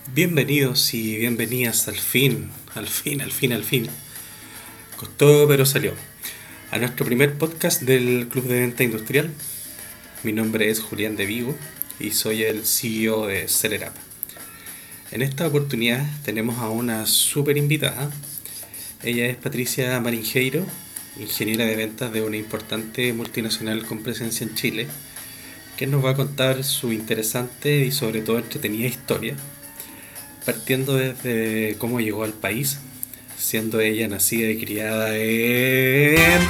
Bienvenidos y bienvenidas al fin. Costó, pero salió. A nuestro primer podcast del Club de Venta Industrial. Mi nombre es Julián de Vigo y soy el CEO de Celerap. En esta oportunidad tenemos a una súper invitada. Ella es Patricia Marinheiro, ingeniera de ventas de una importante multinacional con presencia en Chile, que nos va a contar su interesante y sobre todo entretenida historia, partiendo desde cómo llegó al país, siendo ella nacida y criada en...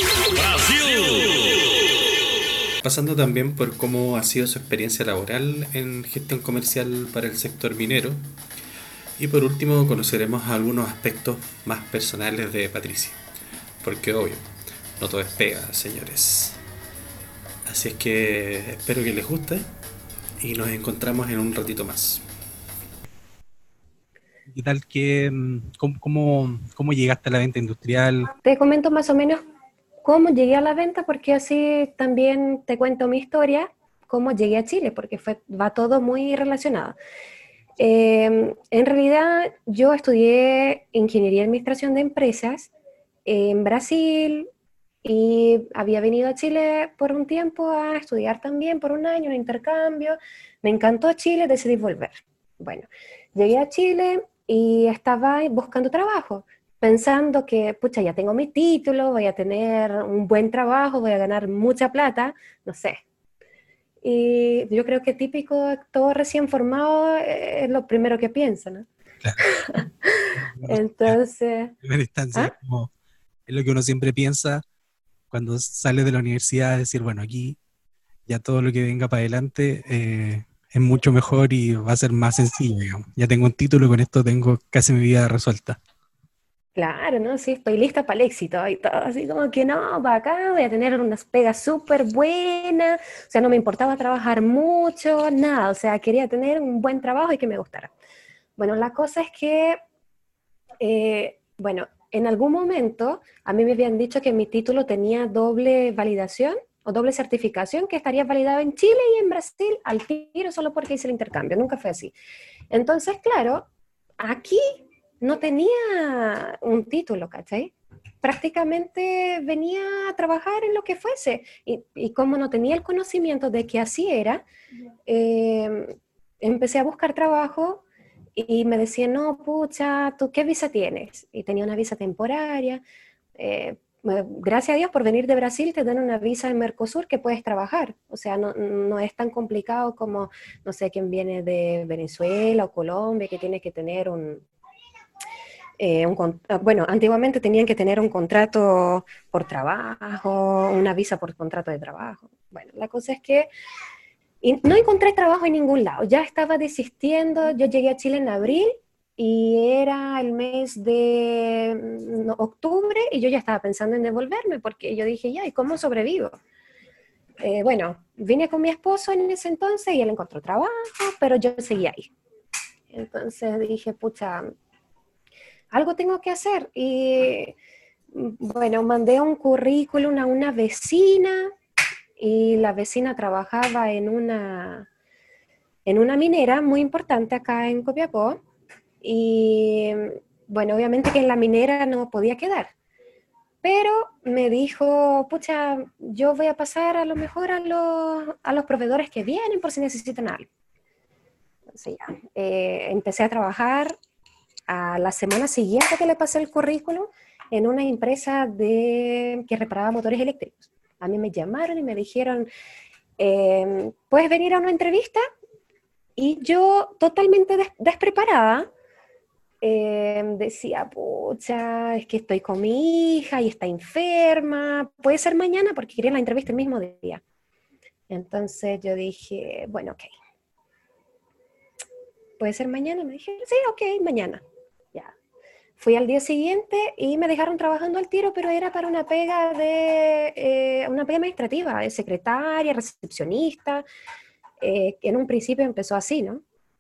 Pasando también por cómo ha sido su experiencia laboral en gestión comercial para el sector minero. Y por último conoceremos algunos aspectos más personales de Patricia. Porque obvio, no todo es pega, señores. Así es que espero que les guste y nos encontramos en un ratito más. ¿Qué tal cómo llegaste a la venta industrial? Te comento más o menos cómo llegué a la venta, porque así también te cuento mi historia, cómo llegué a Chile, porque va todo muy relacionado. En realidad, yo estudié Ingeniería y Administración de Empresas en Brasil y había venido a Chile por un tiempo a estudiar también, por un año, un intercambio. Me encantó Chile, decidí volver. Bueno, llegué a Chile y estaba buscando trabajo, pensando que, pucha, ya tengo mi título, voy a tener un buen trabajo, voy a ganar mucha plata, no sé. Y yo creo que típico, todo recién formado es lo primero que piensa, ¿no? Claro, en Entonces, primera instancia ¿ah? es lo que uno siempre piensa cuando sale de la universidad, decir, bueno, aquí ya todo lo que venga para adelante es mucho mejor y va a ser más sencillo, digamos. Ya tengo un título y con esto tengo casi mi vida resuelta. Claro, ¿no? Sí, estoy lista para el éxito y todo, así como que no, para acá voy a tener unas pegas súper buenas, o sea, no me importaba trabajar mucho, nada, o sea, quería tener un buen trabajo y que me gustara. Bueno, la cosa es que, bueno, en algún momento a mí me habían dicho que mi título tenía doble validación o doble certificación, que estaría validado en Chile y en Brasil al tiro solo porque hice el intercambio, nunca fue así. Entonces, claro, aquí no tenía un título, ¿cachai? Prácticamente venía a trabajar en lo que fuese. Y como no tenía el conocimiento de que así era, empecé a buscar trabajo y me decían, no, pucha, ¿tú qué visa tienes? Y tenía una visa temporaria. Gracias a Dios por venir de Brasil te dan una visa en Mercosur que puedes trabajar. O sea, no es tan complicado como, no sé, quien viene de Venezuela o Colombia, que tiene que tener bueno, antiguamente tenían que tener un contrato por trabajo, una visa por contrato de trabajo. Bueno, la cosa es que y no encontré trabajo en ningún lado, ya estaba desistiendo, yo llegué a Chile en abril y era el mes de octubre y yo ya estaba pensando en devolverme porque yo dije, ya, ¿y cómo sobrevivo? Bueno, vine con mi esposo en ese entonces y él encontró trabajo, pero yo seguía ahí. Entonces dije, pucha, algo tengo que hacer. Y bueno, mandé un currículum a una vecina y la vecina trabajaba en una minera muy importante acá en Copiapó. Y bueno, obviamente que en la minera no podía quedar. Pero me dijo, pucha, yo voy a pasar a lo mejor a los proveedores que vienen por si necesitan algo. Entonces ya, empecé a trabajar a la semana siguiente que le pasé el currículum en una empresa que reparaba motores eléctricos. A mí me llamaron y me dijeron, ¿puedes venir a una entrevista? Y yo totalmente despreparada, decía, pucha, es que estoy con mi hija y está enferma, puede ser mañana porque quería la entrevista el mismo día. Entonces yo dije, bueno, ok, puede ser mañana. Me dije, sí, ok, mañana. Ya. Fui al día siguiente y me dejaron trabajando al tiro, pero era para una pega administrativa, de secretaria, recepcionista, que en un principio empezó así, ¿no?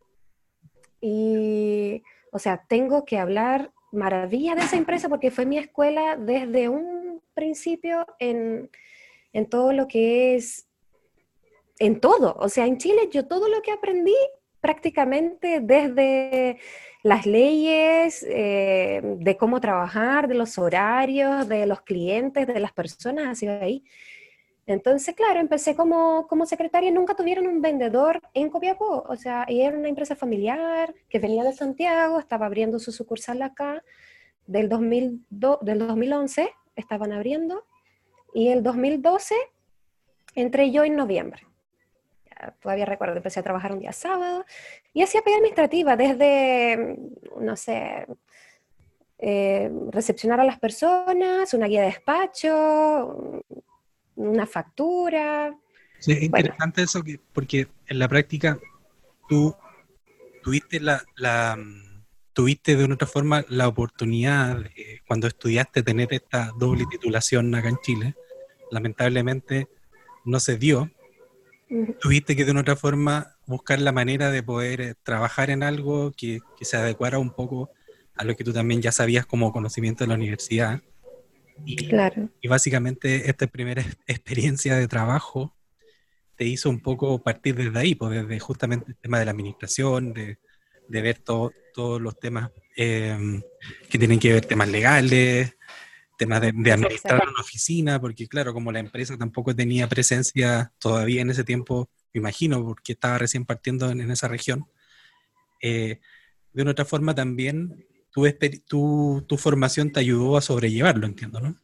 Y, o sea, tengo que hablar maravilla de esa empresa porque fue mi escuela desde un principio en todo lo que es, en todo. O sea, en Chile yo todo lo que aprendí prácticamente desde las leyes, de cómo trabajar, de los horarios, de los clientes, de las personas, así ahí. Entonces, claro, empecé como secretaria, nunca tuvieron un vendedor en Copiapó, o sea, y era una empresa familiar que venía de Santiago, estaba abriendo su sucursal acá, del 2011 estaban abriendo, y el 2012 entré yo en noviembre. Todavía recuerdo, empecé a trabajar un día sábado, y hacía pega administrativa, desde, no sé, recepcionar a las personas, una guía de despacho, una factura. Sí, es Bueno, interesante eso, porque en la práctica tú tuviste tuviste de una otra forma la oportunidad, cuando estudiaste, tener esta doble titulación acá en Chile. Lamentablemente no se dio. Tuviste que de una otra forma buscar la manera de poder trabajar en algo que se adecuara un poco a lo que tú también ya sabías como conocimiento de la universidad. claro. Y básicamente esta primera experiencia de trabajo te hizo un poco partir desde ahí, pues desde justamente el tema de la administración, de ver todos los temas, que tienen que ver temas legales, temas de administrar Exacto. una oficina, porque claro, como la empresa tampoco tenía presencia todavía en ese tiempo, me imagino, porque estaba recién partiendo en esa región, de una otra forma también tu formación te ayudó a sobrellevarlo, entiendo, ¿no?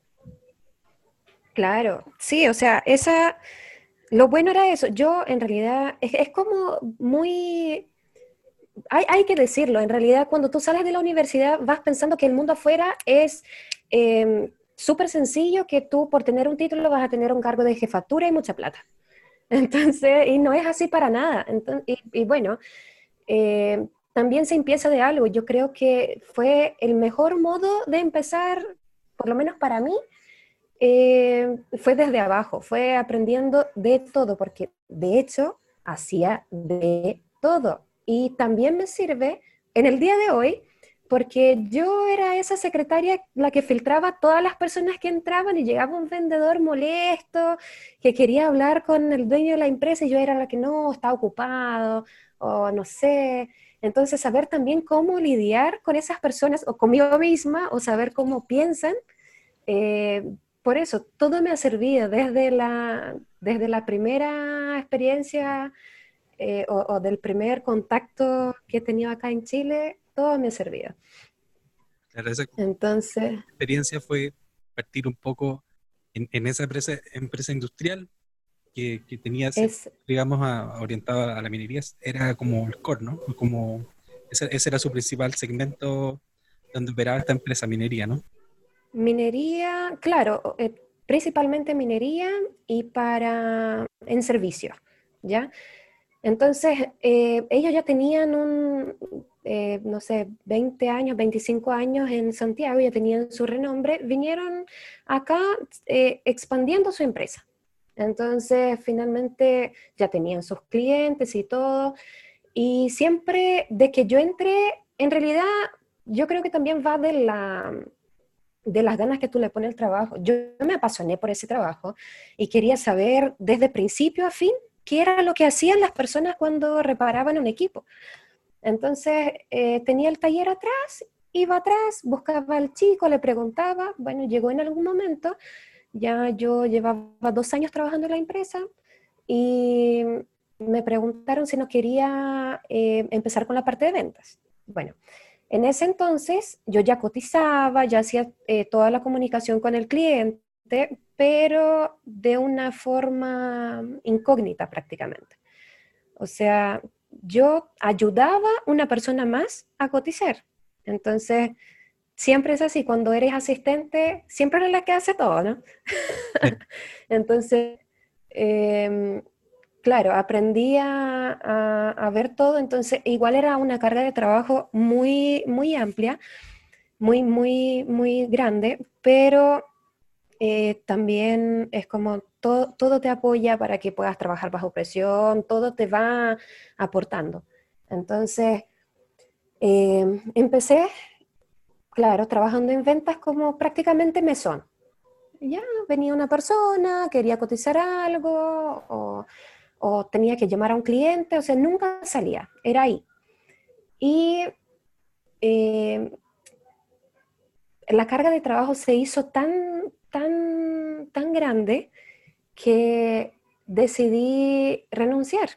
Claro, sí, o sea, lo bueno era eso. Yo en realidad, es como muy, hay que decirlo, en realidad cuando tú sales de la universidad vas pensando que el mundo afuera es súper sencillo, que tú por tener un título vas a tener un cargo de jefatura y mucha plata. Entonces, y no es así para nada. Entonces, y bueno, también se empieza de algo. Yo creo que fue el mejor modo de empezar, por lo menos para mí, fue desde abajo, fue aprendiendo de todo, porque de hecho hacía de todo. Y también me sirve en el día de hoy, porque yo era esa secretaria la que filtraba todas las personas que entraban y llegaba un vendedor molesto que quería hablar con el dueño de la empresa y yo era la que no, estaba ocupado o no sé. Entonces, saber también cómo lidiar con esas personas o conmigo misma o saber cómo piensan, eh, por eso, todo me ha servido desde la primera experiencia, o del primer contacto que he tenido acá en Chile, todo me ha servido. Claro, esa Entonces, experiencia fue partir un poco en esa empresa industrial que tenía, es, digamos, orientada a la minería, era como el core, ¿no? Como ese era su principal segmento donde operaba esta empresa minería, ¿no? minería, claro, principalmente minería y en servicio, ¿ya? Entonces, ellos ya tenían no sé, 20 años, 25 años en Santiago, ya tenían su renombre, vinieron acá expandiendo su empresa. Entonces, finalmente ya tenían sus clientes y todo. Y siempre de que yo entré, en realidad, yo creo que también va de las ganas que tú le pones al trabajo. Yo me apasioné por ese trabajo y quería saber desde principio a fin qué era lo que hacían las personas cuando reparaban un equipo. Entonces, tenía el taller atrás, iba atrás, buscaba al chico, le preguntaba, bueno, llegó en algún momento, ya yo llevaba 2 años trabajando en la empresa y me preguntaron si no quería empezar con la parte de ventas. Bueno, en ese entonces yo ya cotizaba, ya hacía toda la comunicación con el cliente, pero de una forma incógnita prácticamente. O sea, yo ayudaba a una persona más a cotizar. Entonces, siempre es así, cuando eres asistente, siempre eres la que hace todo, ¿no? Sí. Entonces, em, claro, aprendí a ver todo, entonces igual era una carga de trabajo muy, muy amplia, muy, muy, muy grande, pero también es como todo te apoya para que puedas trabajar bajo presión, todo te va aportando. Entonces, empecé, claro, trabajando en ventas como prácticamente mesón. Ya venía una persona, quería cotizar algo, o tenía que llamar a un cliente, o sea, nunca salía, era ahí. Y la carga de trabajo se hizo tan grande que decidí renunciar,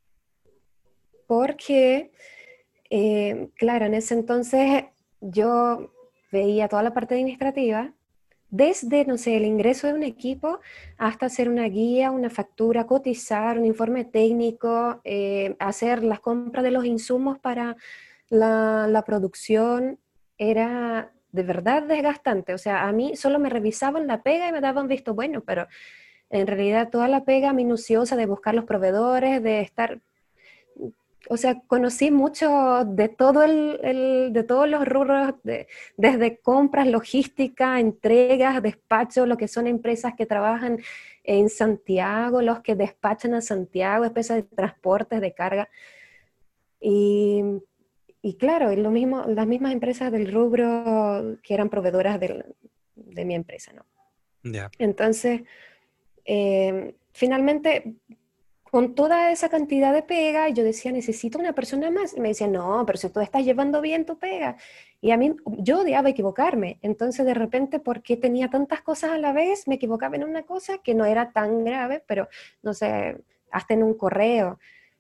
porque, claro, en ese entonces yo veía toda la parte administrativa, desde, no sé, el ingreso de un equipo hasta hacer una guía, una factura, cotizar, un informe técnico, hacer las compras de los insumos para la producción. Era de verdad desgastante. O sea, a mí solo me revisaban la pega y me daban visto bueno, pero en realidad toda la pega minuciosa de buscar los proveedores, de estar... O sea, conocí mucho de todo de todos los rubros, desde compras, logística, entregas, despacho, lo que son empresas que trabajan en Santiago, los que despachan a Santiago, empresas de transportes, de carga. Y, y claro, y lo mismo, las mismas empresas del rubro que eran proveedoras de mi empresa, ¿no? Ya. Entonces, finalmente, con toda esa cantidad de pega, yo decía, necesito una persona más. Y me decían, no, pero si tú estás llevando bien tu pega. Y a mí, yo odiaba equivocarme. Entonces, de repente, porque tenía tantas cosas a la vez, me equivocaba en una cosa que no era tan grave, pero, no sé, hasta en un correo,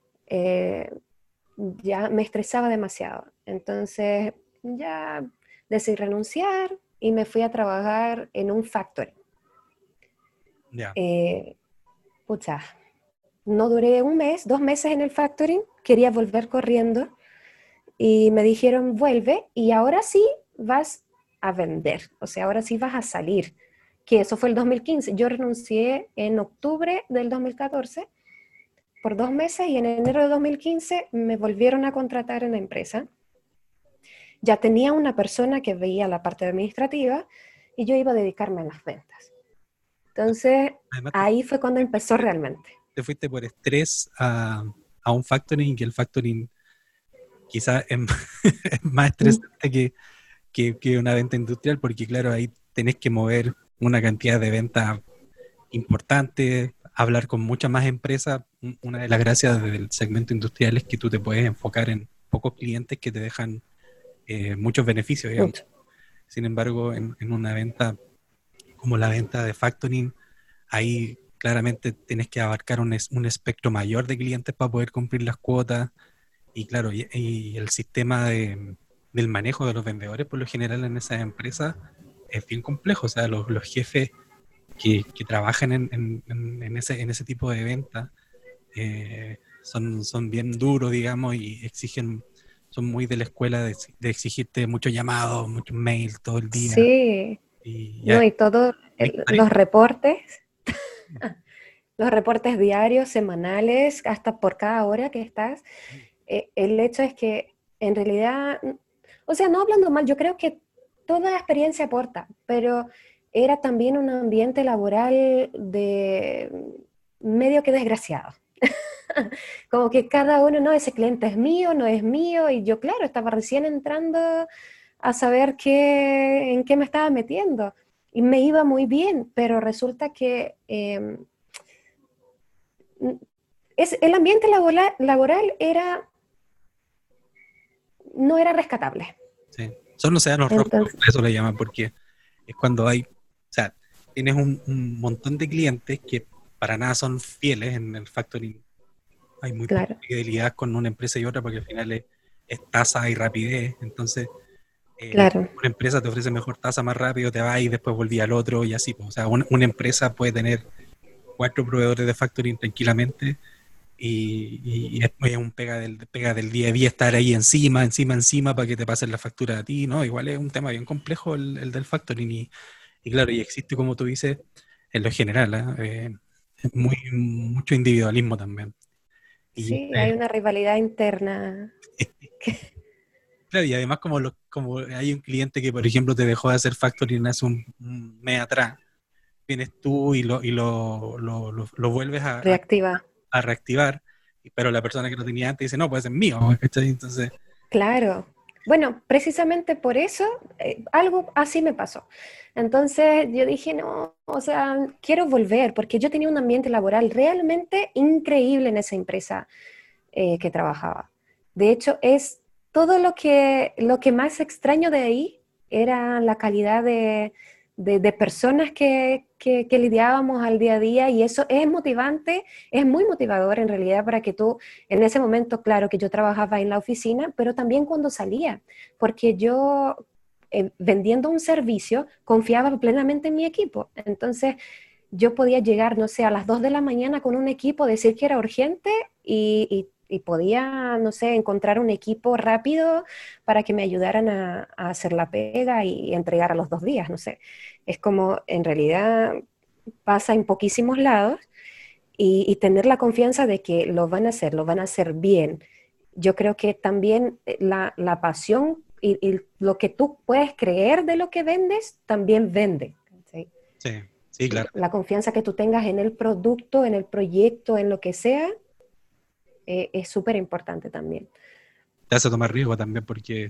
ya me estresaba demasiado. Entonces, ya decidí renunciar y me fui a trabajar en un factory. Ya. Pucha, no duré un mes, 2 meses en el factoring, quería volver corriendo y me dijeron, vuelve y ahora sí vas a vender, o sea, ahora sí vas a salir, que eso fue el 2015. Yo renuncié en octubre del 2014 por 2 meses y en enero de 2015 me volvieron a contratar en la empresa. Ya tenía una persona que veía la parte administrativa y yo iba a dedicarme a las ventas. Entonces, Además, ahí fue cuando empezó realmente. te fuiste por estrés a un factoring, que el factoring quizás es, es más estresante que una venta industrial, porque claro, ahí tenés que mover una cantidad de ventas importante, hablar con muchas más empresas. Una de las gracias del segmento industrial es que tú te puedes enfocar en pocos clientes que te dejan muchos beneficios, digamos. Mucho. Sin embargo, en una venta como la venta de factoring, ahí claramente tienes que abarcar un espectro mayor de clientes para poder cumplir las cuotas. Y claro, y el sistema del manejo de los vendedores, por lo general en esas empresas, es bien complejo. O sea, los jefes que trabajan en ese tipo de venta son bien duros, digamos, y son muy de la escuela de exigirte muchos llamados, muchos mails todo el día. Sí, Y ya, no, y todos los reportes diarios, semanales, hasta por cada hora que estás. El hecho es que en realidad, o sea, no hablando mal, yo creo que toda la experiencia aporta, pero era también un ambiente laboral de medio que desgraciado. Como que cada uno, no, ese cliente es mío, no es mío, y yo, claro, estaba recién entrando a saber en qué me estaba metiendo, y me iba muy bien, pero resulta que el ambiente laboral no era rescatable. sí. Son océanos rojos, Entonces, por eso le llaman, porque es cuando hay, o sea, tienes un montón de clientes que para nada son fieles en el factoring. Hay muy poca claro, fidelidad con una empresa y otra porque al final es tasa y rapidez. Entonces, claro, una empresa te ofrece mejor tasa más rápido, te vas y después volví al otro y así. O sea, una empresa puede tener 4 proveedores de factoring tranquilamente y es un pega del día a día estar ahí encima para que te pasen la factura a ti, ¿no? Igual es un tema bien complejo el del factoring y claro, y existe, como tú dices, en lo general, mucho individualismo también. Y sí, hay una rivalidad interna. claro, y además como hay un cliente que, por ejemplo, te dejó de hacer factoring hace un mes atrás, vienes tú y lo vuelves Reactiva. a reactivar, pero la persona que lo tenía antes dice, no, pues es mío, ¿cachai? Entonces, Claro. bueno, precisamente por eso, algo así me pasó. Entonces yo dije, no, o sea, quiero volver, porque yo tenía un ambiente laboral realmente increíble en esa empresa que trabajaba. De hecho, es todo lo que más extraño de ahí era la calidad de personas que lidiábamos al día a día, y eso es motivante, es muy motivador en realidad para que tú, en ese momento, claro que yo trabajaba en la oficina, pero también cuando salía, porque yo vendiendo un servicio confiaba plenamente en mi equipo. Entonces yo podía llegar, no sé, a las 2 de la mañana con un equipo, decir que era urgente y podía, no sé, encontrar un equipo rápido para que me ayudaran a hacer la pega y entregar a los 2 días, no sé. Es como, en realidad, pasa en poquísimos lados y tener la confianza de que lo van a hacer bien. Yo creo que también la pasión y lo que tú puedes creer de lo que vendes, también vende. ¿Sí? Sí, sí, claro. La confianza que tú tengas en el producto, en el proyecto, en lo que sea, es súper importante también. Te hace tomar riesgo también porque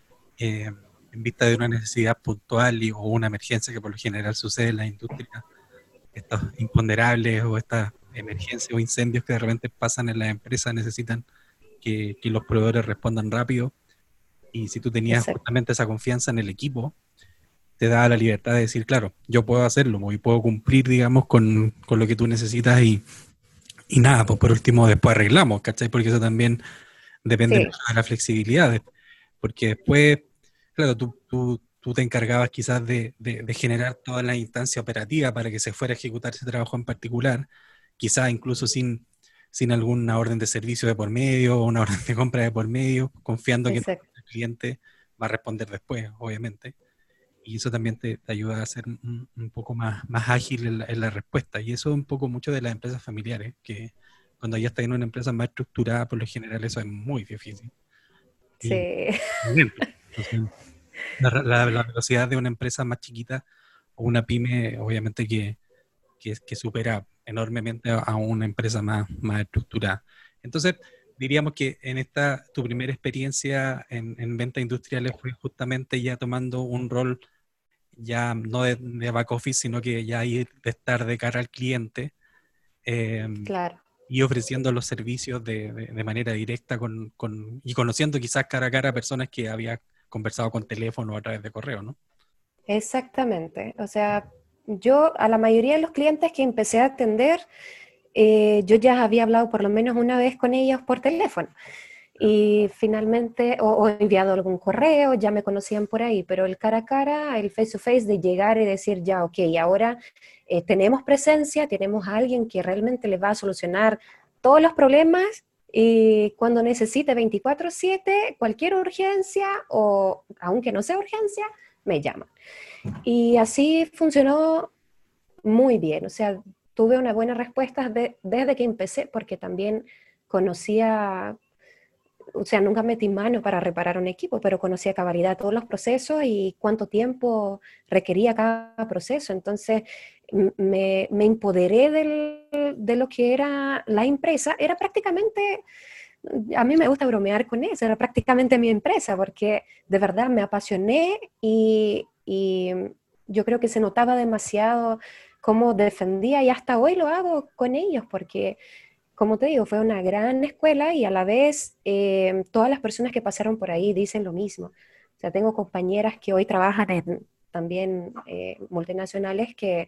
en vista de una necesidad puntual o una emergencia que por lo general sucede en la industria, estos imponderables o estas emergencias o incendios que de repente pasan en las empresas necesitan que los proveedores respondan rápido. Y si tú tenías Exacto. justamente esa confianza en el equipo, te da la libertad de decir, claro, yo puedo hacerlo y puedo cumplir, digamos, con lo que tú necesitas y nada, pues por último después arreglamos, ¿cachai? Porque eso también depende Sí, mucho de la flexibilidad, porque después, claro, tú te encargabas quizás de generar toda la instancia operativa para que se fuera a ejecutar ese trabajo en particular, quizás incluso sin alguna orden de servicio de por medio o una orden de compra de por medio, confiando que exacto. el cliente va a responder después, obviamente. Y eso también te ayuda a ser un poco más ágil en la respuesta. Y eso es un poco mucho de las empresas familiares, que cuando ya estás en una empresa más estructurada, por lo general eso es muy difícil. Y Sí, lento. Entonces, la velocidad de una empresa más chiquita o una pyme, obviamente que supera enormemente a una empresa más estructurada. Entonces, diríamos que en esta, tu primera experiencia en ventas industriales fue justamente ya tomando un rol ya no de back office, sino que ya ir de estar de cara al cliente eh, claro. y ofreciendo los servicios de manera directa y conociendo quizás cara a cara a personas que había conversado con teléfono o a través de correo, ¿no? Exactamente. O sea, yo a la mayoría de los clientes que empecé a atender, yo ya había hablado por lo menos una vez con ellos por teléfono. Y finalmente, o enviado algún correo, ya me conocían por ahí, pero el cara a cara, el face to face de llegar y decir, ya, ok, ahora tenemos presencia, tenemos a alguien que realmente le va a solucionar todos los problemas y cuando necesite 24/7, cualquier urgencia o aunque no sea urgencia, me llaman. Y así funcionó muy bien, o sea, tuve una buena respuesta desde que empecé, porque también conocía, o sea, nunca metí mano para reparar un equipo, pero conocía a cabalidad todos los procesos y cuánto tiempo requería cada proceso. Entonces, me empoderé de lo que era la empresa. Era prácticamente, a mí me gusta bromear con eso, era prácticamente mi empresa, porque de verdad me apasioné y yo creo que se notaba demasiado cómo defendía y hasta hoy lo hago con ellos, porque como te digo, fue una gran escuela y a la vez todas las personas que pasaron por ahí dicen lo mismo. O sea, tengo compañeras que hoy trabajan en también multinacionales que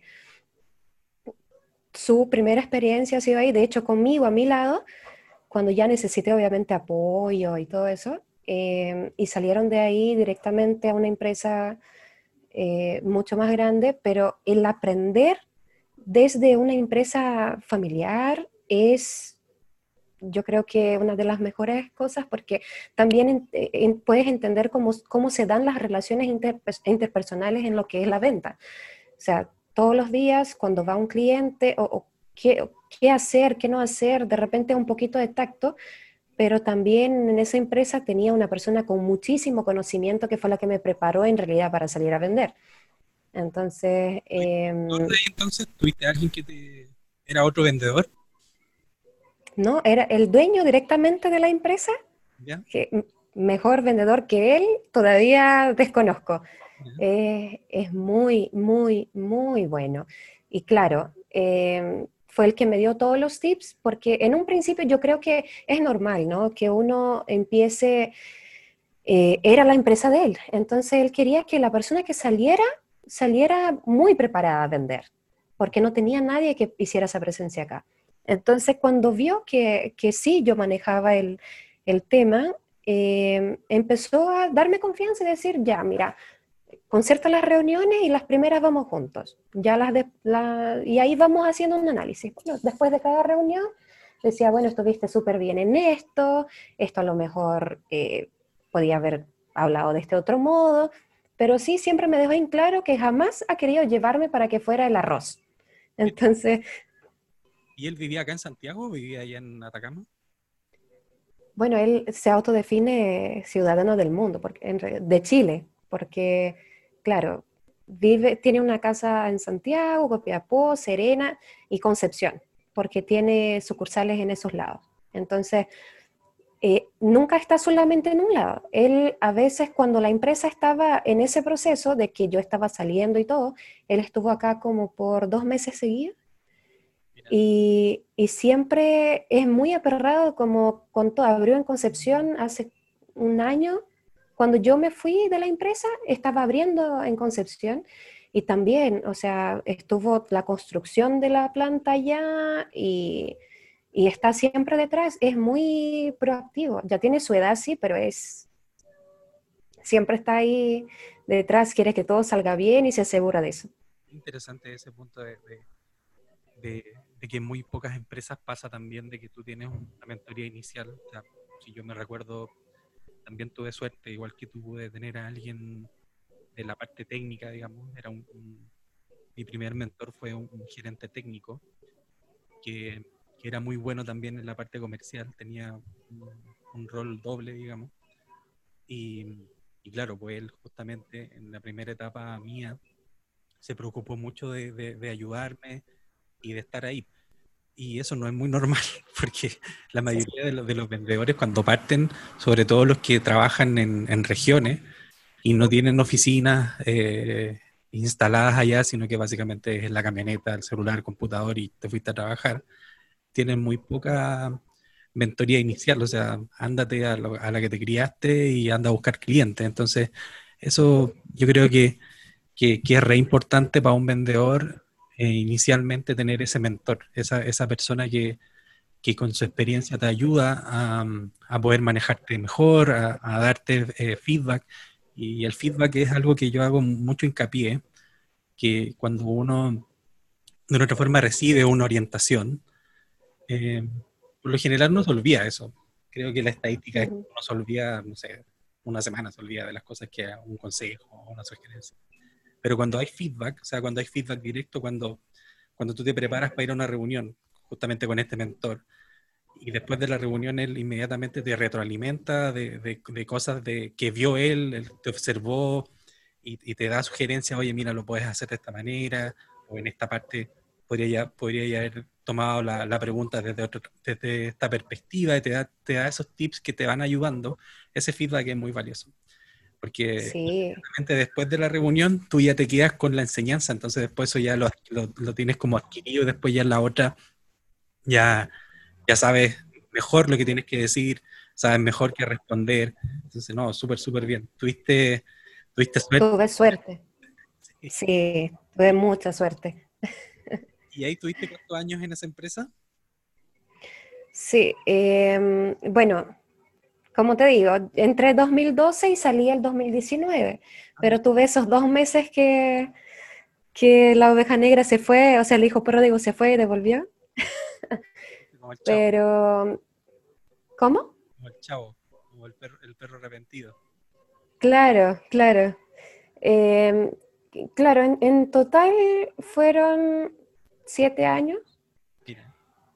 su primera experiencia ha sido ahí, de hecho conmigo a mi lado, cuando ya necesité obviamente apoyo y todo eso, y salieron de ahí directamente a una empresa mucho más grande, pero el aprender desde una empresa familiar es, yo creo que una de las mejores cosas, porque también puedes entender cómo se dan las relaciones interpersonales en lo que es la venta. O sea, todos los días cuando va un cliente o qué hacer, qué no hacer, de repente un poquito de tacto, pero también en esa empresa tenía una persona con muchísimo conocimiento que fue la que me preparó en realidad para salir a vender. Entonces, ¿De ahí entonces tuviste a alguien era otro vendedor? no, era el dueño directamente de la empresa ¿Ya? que mejor vendedor que él todavía desconozco. ¿Ya? Es muy, muy, muy bueno. Y claro, fue el que me dio todos los tips, porque en un principio yo creo que es normal, ¿no? Que uno empiece, era la empresa de él, entonces él quería que la persona que saliera muy preparada a vender, porque no tenía nadie que hiciera esa presencia acá. Entonces cuando vio que sí, yo manejaba el tema, empezó a darme confianza y decir, ya, mira, concierta las reuniones y las primeras vamos juntos. Y ahí vamos haciendo un análisis. Bueno, después de cada reunión decía, bueno, estuviste súper bien en esto a lo mejor podía haber hablado de este otro modo, pero sí siempre me dejó en claro que jamás ha querido llevarme para que fuera el arroz. Entonces, ¿Y él vivía acá en Santiago o vivía allá en Atacama? bueno, él se autodefine ciudadano del mundo, de Chile, porque, claro, tiene una casa en Santiago, Copiapó, Serena y Concepción, porque tiene sucursales en esos lados. Entonces, nunca está solamente en un lado. Él a veces cuando la empresa estaba en ese proceso de que yo estaba saliendo y todo, él estuvo acá como por 2 meses seguidos Mira, y siempre es muy aperrado como con todo. Abrió en Concepción hace un año. Cuando yo me fui de la empresa, estaba abriendo en Concepción y también, o sea, estuvo la construcción de la planta allá y está siempre detrás. Es muy proactivo. Ya tiene su edad, sí, pero siempre está ahí detrás, quiere que todo salga bien y se asegura de eso. interesante ese punto de que en muy pocas empresas pasa también de que tú tienes una mentoría inicial. O sea, si yo me recuerdo, también tuve suerte, igual que tú, de tener a alguien de la parte técnica, digamos. Mi primer mentor fue un gerente técnico que, que era muy bueno también en la parte comercial, tenía un rol doble, digamos. Y claro, pues él justamente en la primera etapa mía se preocupó mucho de ayudarme y de estar ahí. Y eso no es muy normal, porque la mayoría de los vendedores cuando parten, sobre todo los que trabajan en regiones y no tienen oficinas instaladas allá, sino que básicamente es la camioneta, el celular, el computador y te fuiste a trabajar, tienen muy poca mentoría inicial, o sea, ándate a la que te criaste y anda a buscar clientes. Entonces, eso yo creo que es re importante para un vendedor inicialmente tener ese mentor, esa persona que con su experiencia te ayuda a poder manejarte mejor, a darte feedback. Y el feedback es algo que yo hago mucho hincapié, que cuando uno de otra forma recibe una orientación, eh, por lo general no se olvida eso. Creo que la estadística es que uno se olvida, no sé, una semana se olvida de las cosas que un consejo o una sugerencia. Pero cuando hay feedback, o sea, cuando hay feedback directo, cuando tú te preparas para ir a una reunión, justamente con este mentor, y después de la reunión él inmediatamente te retroalimenta de cosas que vio él te observó y te da sugerencias, oye, mira, lo puedes hacer de esta manera, o en esta parte podría ya haber tomado la pregunta desde esta perspectiva, y te da esos tips que te van ayudando. Ese feedback es muy valioso, porque Sí, inmediatamente después de la reunión tú ya te quedas con la enseñanza, entonces después eso ya lo tienes como adquirido, después ya en la otra ya ya sabes mejor lo que tienes que decir, sabes mejor qué responder. Entonces, no, súper, súper bien. Tuviste suerte. tuve suerte. Sí. Sí, tuve mucha suerte. ¿Y ahí tuviste cuántos años en esa empresa? Sí, bueno, como te digo, entré 2012 y salí el 2019, Ah, pero tuve esos 2 meses que la oveja negra se fue, o sea, el hijo pródigo se fue y devolvió, como el chavo, pero ¿cómo? como el chavo, como el perro arrepentido. Claro, claro. Em, claro, en total fueron 7 años, Mira,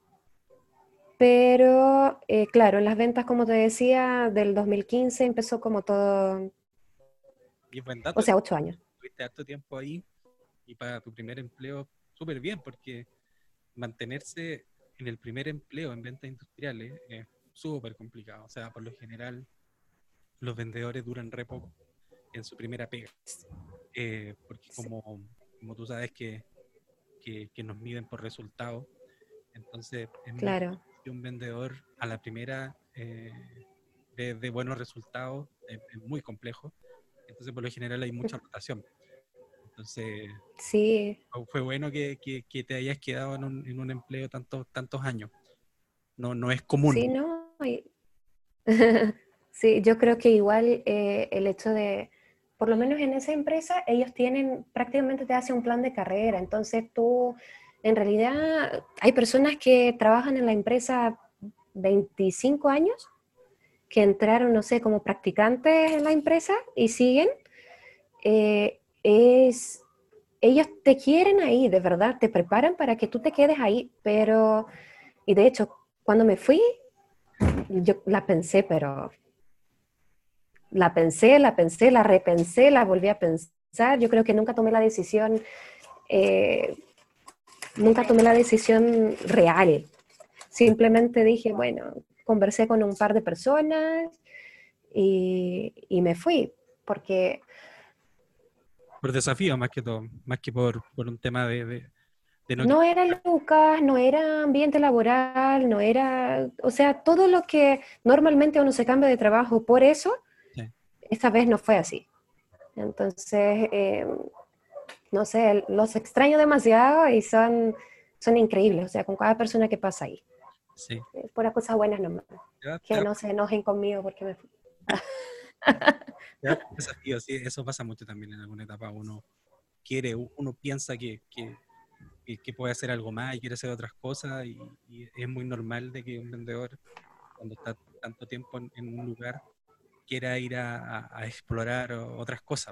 pero claro, en las ventas, como te decía, del 2015 empezó como todo, y es buen dato o eso. sea, 8 años. Tuviste harto tiempo ahí y para tu primer empleo, súper bien, porque mantenerse en el primer empleo en ventas industriales es súper complicado. O sea, por lo general los vendedores duran re poco en su primera pega. Porque como tú sabes que nos miden por resultados, entonces es muy Claro. difícil que un vendedor a la primera de buenos resultados, es muy complejo. Entonces por lo general hay mucha rotación. Entonces Sí, fue bueno que te hayas quedado en un empleo tantos años. No es común. sí, ¿no? Sí, yo creo que igual el hecho de, por lo menos en esa empresa, ellos tienen, prácticamente te hacen un plan de carrera, entonces tú, en realidad, hay personas que trabajan en la empresa 25 años, que entraron, no sé, como practicantes en la empresa y siguen, ellos te quieren ahí, de verdad, te preparan para que tú te quedes ahí, pero, y de hecho, cuando me fui, yo la pensé, pero la repensé, la volví a pensar. Yo creo que eh, nunca tomé la decisión real. Simplemente dije, bueno, conversé con un par de personas y me fui, porque Por desafío más que todo, más que por un tema de no no querer. era Lucas, no era ambiente laboral, no era, o sea, todo lo que normalmente uno se cambia de trabajo por eso, Sí, esta vez no fue así. Entonces, no sé, los extraño demasiado y son increíbles, o sea, con cada persona que pasa ahí. sí. Puras cosas buenas nomás. Te Que da no se enojen conmigo porque me fui. un desafío, sí, eso pasa mucho también en alguna etapa. Uno piensa que puede hacer algo más y quiere hacer otras cosas y es muy normal de que un vendedor, cuando está tanto tiempo en un lugar, quiera ir a explorar otras cosas,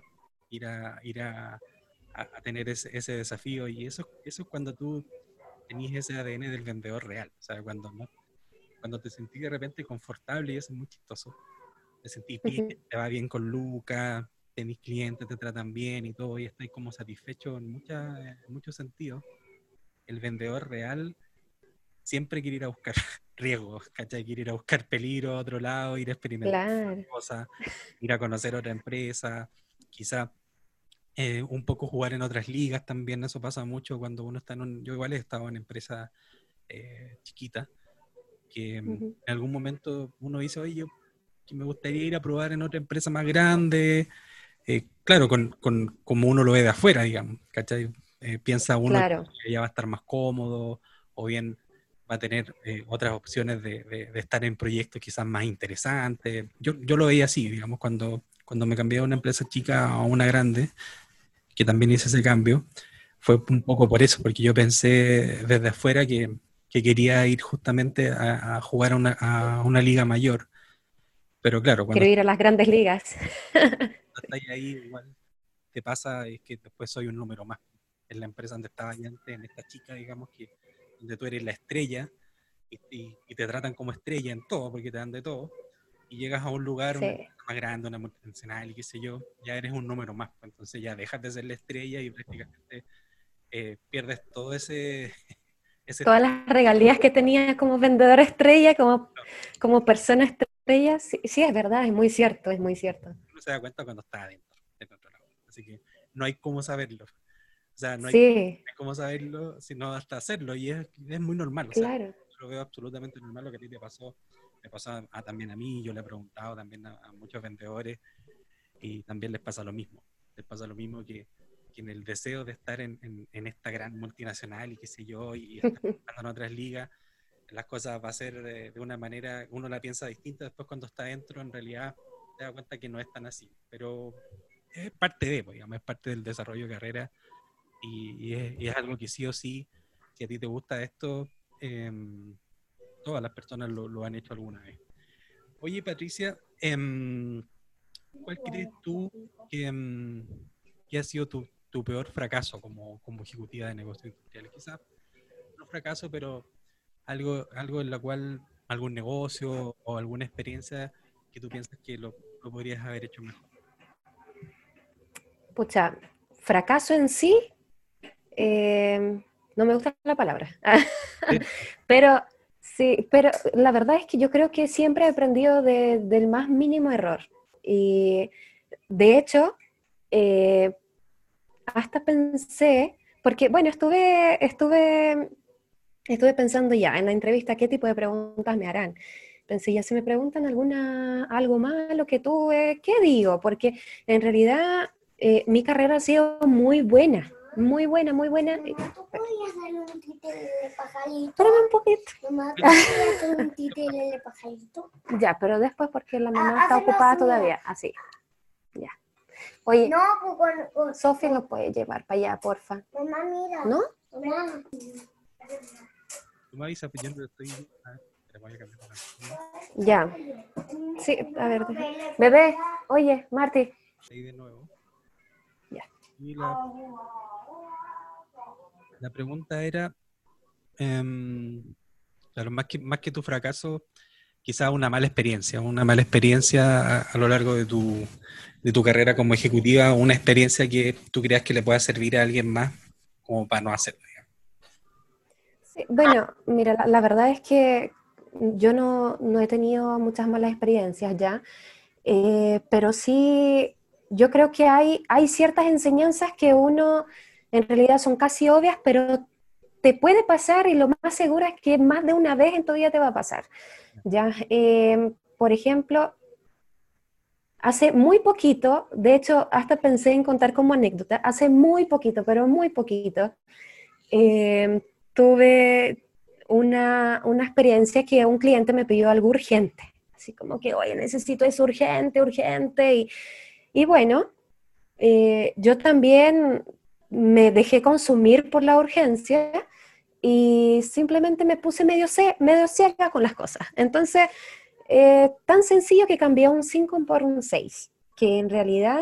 ir a tener ese desafío y eso es cuando tú tenés ese ADN del vendedor real, o sea, cuando, ¿no? Cuando te sentís de repente confortable y eso es muy chistoso, te sentís bien, te va bien con Lucas, tenés clientes, te tratan bien y todo, y estás como satisfecho en muchos sentidos. El vendedor real siempre quiere ir a buscar riesgos, ¿cachai? Quiere ir a buscar peligro a otro lado, ir a experimentar Claro, cosas, ir a conocer otra empresa, quizá un poco jugar en otras ligas también, eso pasa mucho cuando uno está yo igual he estado en empresas chiquitas, que uh-huh. en algún momento uno dice, oye, yo que me gustaría ir a probar en otra empresa más grande, claro, como uno lo ve de afuera, digamos, ¿cachai? Piensa uno Claro, que ya va a estar más cómodo, o bien va a tener otras opciones de estar en proyectos quizás más interesantes. Yo lo veía así, digamos, cuando me cambié de una empresa chica a una grande, que también hice ese cambio, fue un poco por eso, porque yo pensé desde afuera que quería ir justamente a jugar a una liga mayor. Pero claro, quiero ir a las grandes ligas. estás ahí, igual te pasa es que después soy un número más en la empresa donde estaba antes, en esta chica, digamos, donde tú eres la estrella y te tratan como estrella en todo, porque te dan de todo, y llegas a un lugar, una Sí. empresa más grande, una multinacional y qué sé yo, ya eres un número más, pues, entonces ya dejas de ser la estrella y prácticamente pierdes todo ese Todas las regalías que tenía como vendedora estrella, como persona estrella, sí, sí, es verdad, es muy cierto, es muy cierto. uno se da cuenta cuando está adentro del otro lado, así que no hay cómo saberlo. O sea, no hay Sí, cómo saberlo, sino hasta hacerlo. Y es muy normal. O sea, claro. yo lo veo absolutamente normal lo que a ti te pasó. Me pasó también a mí. Yo le he preguntado también a muchos vendedores y también les pasa lo mismo. Les pasa lo mismo que en el deseo de estar en esta gran multinacional y qué sé yo, y estar jugando en otras ligas, las cosas va a ser de una manera, uno la piensa distinta. Después cuando está dentro, en realidad te da cuenta que no es tan así. Pero es parte pues, digamos, es parte del desarrollo de carrera y es algo que sí o sí, si a ti te gusta esto, eh, todas las personas lo han hecho alguna vez. Oye, Patricia, ¿cuál crees tú que ha sido tu peor fracaso como ejecutiva de negocios industriales? Quizás no fracaso, pero algo en la cual algún negocio o alguna experiencia que tú piensas que lo podrías haber hecho mejor. Pucha, fracaso en sí, eh, no me gusta la palabra. Sí, Pero sí, pero la verdad es que yo creo que siempre he aprendido del más mínimo error. Y de hecho, hasta pensé, porque bueno, estuve pensando ya en la entrevista qué tipo de preguntas me harán. Pensé, ya si me preguntan algo malo que tuve, ¿qué digo? Porque en realidad mi carrera ha sido muy buena, muy buena, muy buena. Mamá, ¿tú podrías darle un títere de pajarito? Espérame un poquito. Mamá, ¿tú podrías hacer un títere de pajarito? Ya, pero después porque la mamá está hazlo ocupada así. todavía. Así, ya. Oye, No, pues Sofi lo puede llevar para allá, porfa. Mamá, mira. ¿No? Mamá. Tú me avisas, pues yo no estoy... te voy a cambiar la pantalla. Ya. Sí, a ver. Bebé, oye, Marti. Ahí de nuevo. Ya. Y la pregunta era, claro, más que tu fracaso, quizás una mala experiencia a lo largo de tu carrera como ejecutiva, una experiencia que tú creas que le pueda servir a alguien más como para no hacerlo. Sí, bueno, mira, la verdad es que yo no he tenido muchas malas experiencias ya, pero sí, yo creo que hay ciertas enseñanzas que uno en realidad son casi obvias, pero te puede pasar y lo más seguro es que más de una vez en tu vida te va a pasar. Ya, por ejemplo, hace muy poquito, de hecho, hasta pensé en contar como anécdota, hace muy poquito, pero muy poquito, tuve una experiencia que un cliente me pidió algo urgente, así como que, oye, necesito eso urgente, urgente, y bueno, yo también me dejé consumir por la urgencia y simplemente me puse medio ciega con las cosas. Entonces, tan sencillo que cambié un 5 por un 6 que en realidad,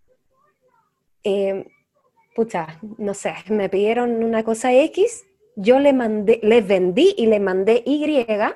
eh, pucha, no sé, me pidieron una cosa X, yo les vendí y le mandé Y.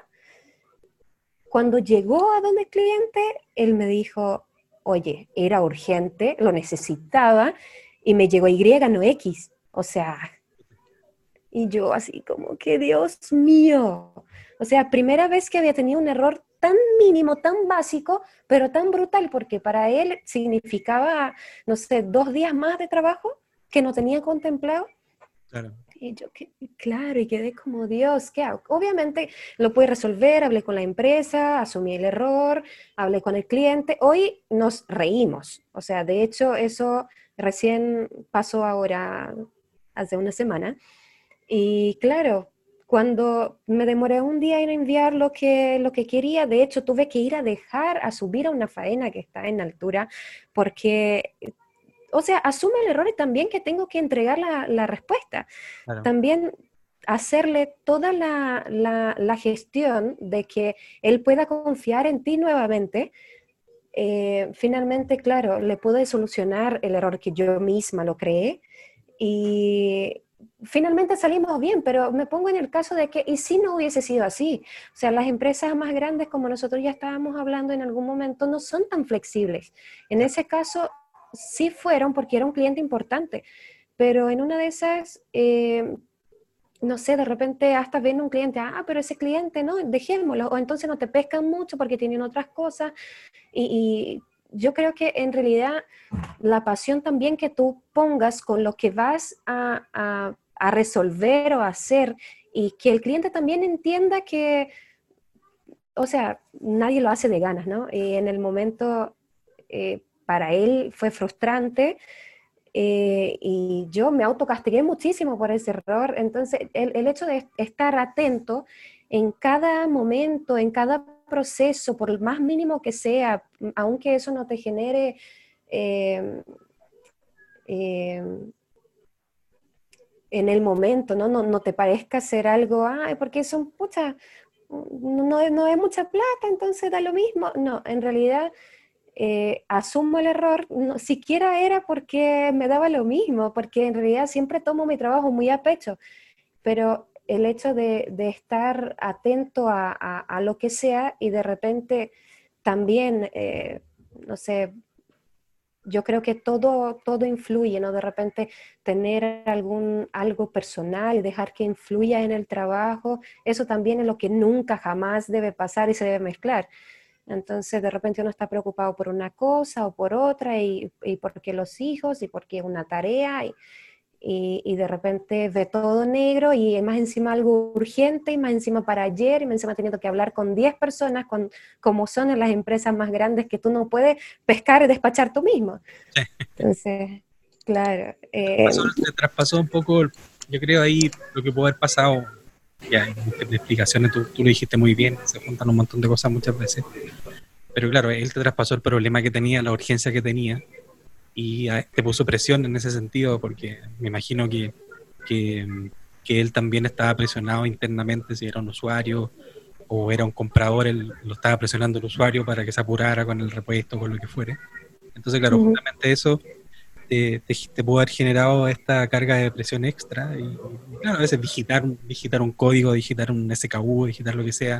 Cuando llegó a donde el cliente, él me dijo, oye, era urgente, lo necesitaba, y me llegó Y, no X. O sea, y yo así como que, Dios mío. O sea, primera vez que había tenido un error tan mínimo, tan básico, pero tan brutal, porque para él significaba, no sé, 2 días más de trabajo que no tenía contemplado. Claro. Y yo, claro, y quedé como, Dios, ¿qué hago? Obviamente lo pude resolver, hablé con la empresa, asumí el error, hablé con el cliente. Hoy nos reímos. O sea, de hecho, eso recién pasó ahora, hace una semana. Y claro, cuando me demoré un día en enviar lo que quería, de hecho tuve que ir a dejar, a subir a una faena que está en altura, porque, o sea, asume el error y también que tengo que entregar la respuesta. Claro. También hacerle toda la gestión de que él pueda confiar en ti nuevamente. Finalmente, claro, le pude solucionar el error que yo misma lo creé y finalmente salimos bien, pero me pongo en el caso de que, ¿y si no hubiese sido así? O sea, las empresas más grandes, como nosotros ya estábamos hablando en algún momento, no son tan flexibles. En ese caso, sí fueron porque era un cliente importante, pero en una de esas, no sé, de repente hasta ven un cliente, pero ese cliente, no, dejémoslo, o entonces no te pescan mucho porque tienen otras cosas, y yo creo que en realidad la pasión también que tú pongas con lo que vas a resolver o a hacer y que el cliente también entienda que, o sea, nadie lo hace de ganas, ¿no? Y en el momento para él fue frustrante y yo me autocastigué muchísimo por ese error. Entonces, el hecho de estar atento en cada momento, en cada proceso, por el más mínimo que sea, aunque eso no te genere eh, eh, en el momento, ¿no? No te parezca ser algo, porque son, pucha, no es mucha plata, entonces da lo mismo. No, en realidad asumo el error, no, siquiera era porque me daba lo mismo, porque en realidad siempre tomo mi trabajo muy a pecho, pero el hecho de estar atento a lo que sea y de repente también, no sé, yo creo que todo influye, ¿no? De repente tener algo personal, dejar que influya en el trabajo, eso también es lo que nunca jamás debe pasar y se debe mezclar. Entonces, de repente uno está preocupado por una cosa o por otra, y porque los hijos, y porque una tarea, y de repente ve todo negro, y más encima algo urgente, y más encima para ayer, y más encima teniendo que hablar con 10 personas, como son en las empresas más grandes, que tú no puedes pescar y despachar tú mismo. Sí. Entonces, claro. Te traspasó un poco, yo creo, ahí lo que puede haber pasado. Ya hay múltiples explicaciones, tú lo dijiste muy bien, se juntan un montón de cosas muchas veces. Pero claro, él te traspasó el problema que tenía, la urgencia que tenía, y te puso presión en ese sentido, porque me imagino que, que él también estaba presionado internamente, si era un usuario o era un comprador, él lo estaba presionando el usuario para que se apurara con el repuesto, con lo que fuere. Entonces, claro, justamente eso te pudo haber generado esta carga de presión extra, y claro, a veces digitar un código, digitar un SKU, digitar lo que sea,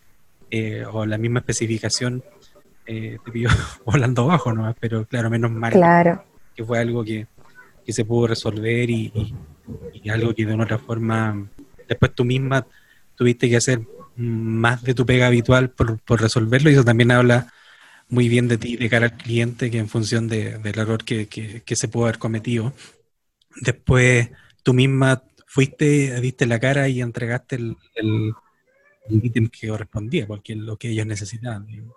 o la misma especificación, te pilló volando bajo, ¿no? Pero claro, menos mal Claro. que fue algo que se pudo resolver, y algo que de una otra forma después tú misma tuviste que hacer más de tu pega habitual por resolverlo, y eso también habla muy bien de ti de cara al cliente, que en función del error que se pudo haber cometido, después tú misma fuiste, diste la cara y entregaste el ítem que correspondía, porque es lo que ellos necesitaban, digamos.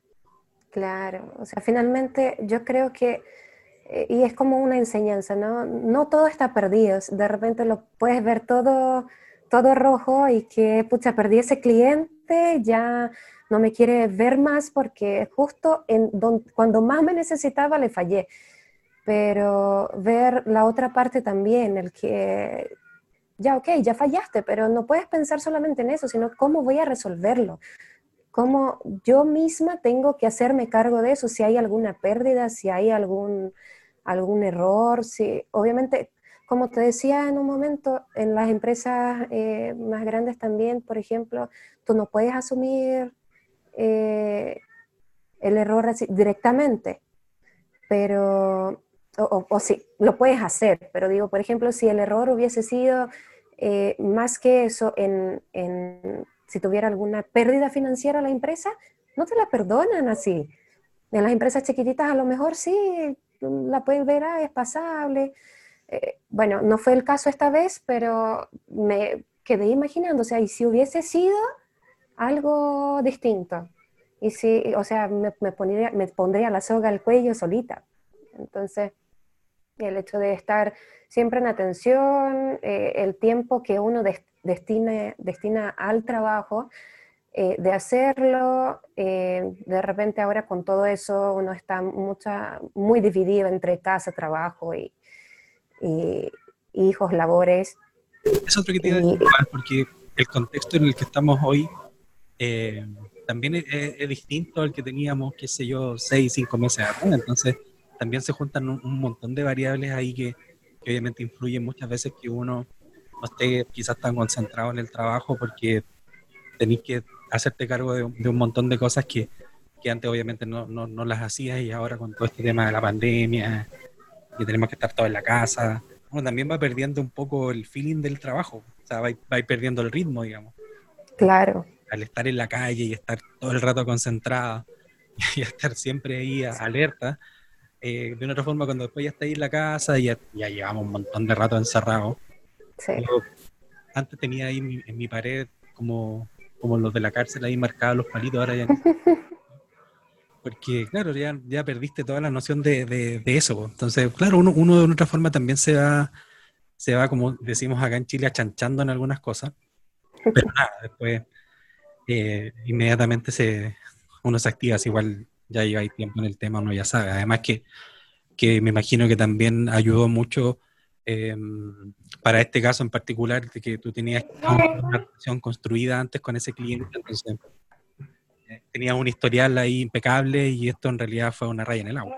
Claro, o sea, finalmente yo creo que, y es como una enseñanza, ¿no? No todo está perdido, de repente lo puedes ver todo rojo, y que, pucha, perdí ese cliente, ya no me quiere ver más porque justo cuando más me necesitaba le fallé. Pero ver la otra parte también, el que, ya, ok, ya fallaste, pero no puedes pensar solamente en eso, sino cómo voy a resolverlo, cómo yo misma tengo que hacerme cargo de eso, si hay alguna pérdida, si hay algún error, si, obviamente, como te decía en un momento, en las empresas más grandes también, por ejemplo, tú no puedes asumir el error así directamente, pero, o sí, lo puedes hacer, pero digo, por ejemplo, si el error hubiese sido más que eso, si tuviera alguna pérdida financiera la empresa, no te la perdonan así. En las empresas chiquititas a lo mejor sí, la puedes ver, es pasable. Bueno, no fue el caso esta vez, pero me quedé imaginando, o sea, y si hubiese sido algo distinto, y si, o sea, me pondría la soga al cuello solita. Entonces, el hecho de estar siempre en atención, el tiempo que uno destina al trabajo, de hacerlo, de repente ahora con todo eso uno está muy dividido entre casa, trabajo y hijos, labores. Es otro que te iba a decir, porque el contexto en el que estamos hoy también es distinto al que teníamos, qué sé yo, 6, 5 meses atrás. Entonces también se juntan un montón de variables ahí que obviamente influyen muchas veces que uno no esté quizás tan concentrado en el trabajo, porque tenés que hacerte cargo de un montón de cosas que antes obviamente no las hacías, y ahora con todo este tema de la pandemia, que tenemos que estar todos en la casa, uno también va perdiendo un poco el feeling del trabajo, o sea, va perdiendo el ritmo, digamos. Claro. Al estar en la calle y estar todo el rato concentrada y estar siempre ahí alerta, de una otra forma, cuando después ya está ahí en la casa, ya llevamos un montón de rato encerrados. Sí. Yo antes tenía ahí en mi pared como los de la cárcel ahí marcados los palitos, ahora ya no. Porque claro, ya perdiste toda la noción de eso. Entonces, claro, uno de una otra forma también se va, como decimos acá en Chile, achanchando en algunas cosas, pero nada, después inmediatamente uno se activa, si igual ya lleva ahí tiempo en el tema, uno ya sabe. Además que me imagino que también ayudó mucho para este caso en particular, de que tú tenías una relación construida antes con ese cliente, entonces tenías un historial ahí impecable, y esto en realidad fue una raya en el agua.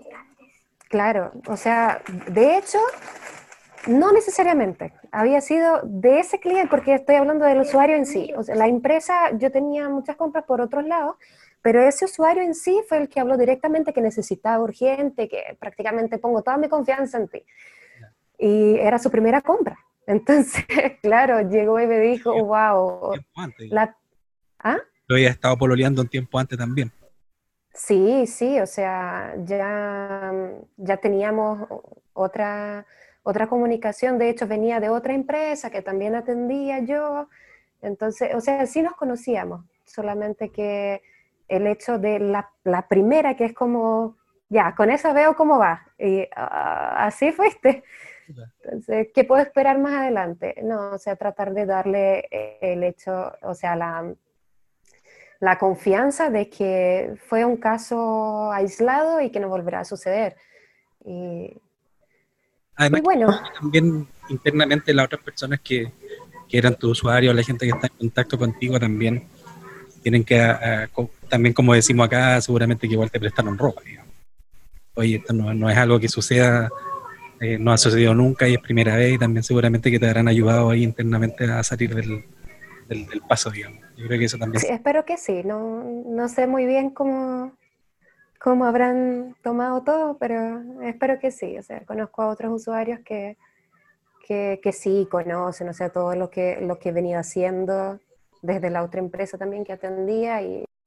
Claro, o sea, de hecho, no necesariamente. Había sido de ese cliente, porque estoy hablando del usuario en sí. O sea, la empresa, yo tenía muchas compras por otros lados, pero ese usuario en sí fue el que habló directamente que necesitaba urgente, que prácticamente pongo toda mi confianza en ti. Y era su primera compra. Entonces, claro, llegó y me dijo, wow. Antes, La, ¿Ah? lo había estado pololeando un tiempo antes también. Sí, sí, o sea, ya teníamos otra comunicación, de hecho venía de otra empresa que también atendía yo, entonces, o sea, sí nos conocíamos, solamente que el hecho de la primera, que es como, ya, con esa veo cómo va, y así fuiste. Entonces, ¿qué puedo esperar más adelante? No, o sea, tratar de darle el hecho, o sea, la confianza de que fue un caso aislado y que no volverá a suceder. Y, Además y que bueno, también internamente las otras personas que eran tus usuarios, la gente que está en contacto contigo también tienen que, también como decimos acá, seguramente que igual te prestaron ropa, digamos. Oye, esto no es algo que suceda, no ha sucedido nunca y es primera vez y también seguramente que te habrán ayudado ahí internamente a salir del paso, digamos. Yo creo que eso también. sí, espero que sí. No sé muy bien cómo habrán tomado todo, pero espero que sí. O sea, conozco a otros usuarios que sí conocen, o sea, todo lo que he venido haciendo desde la otra empresa también que atendía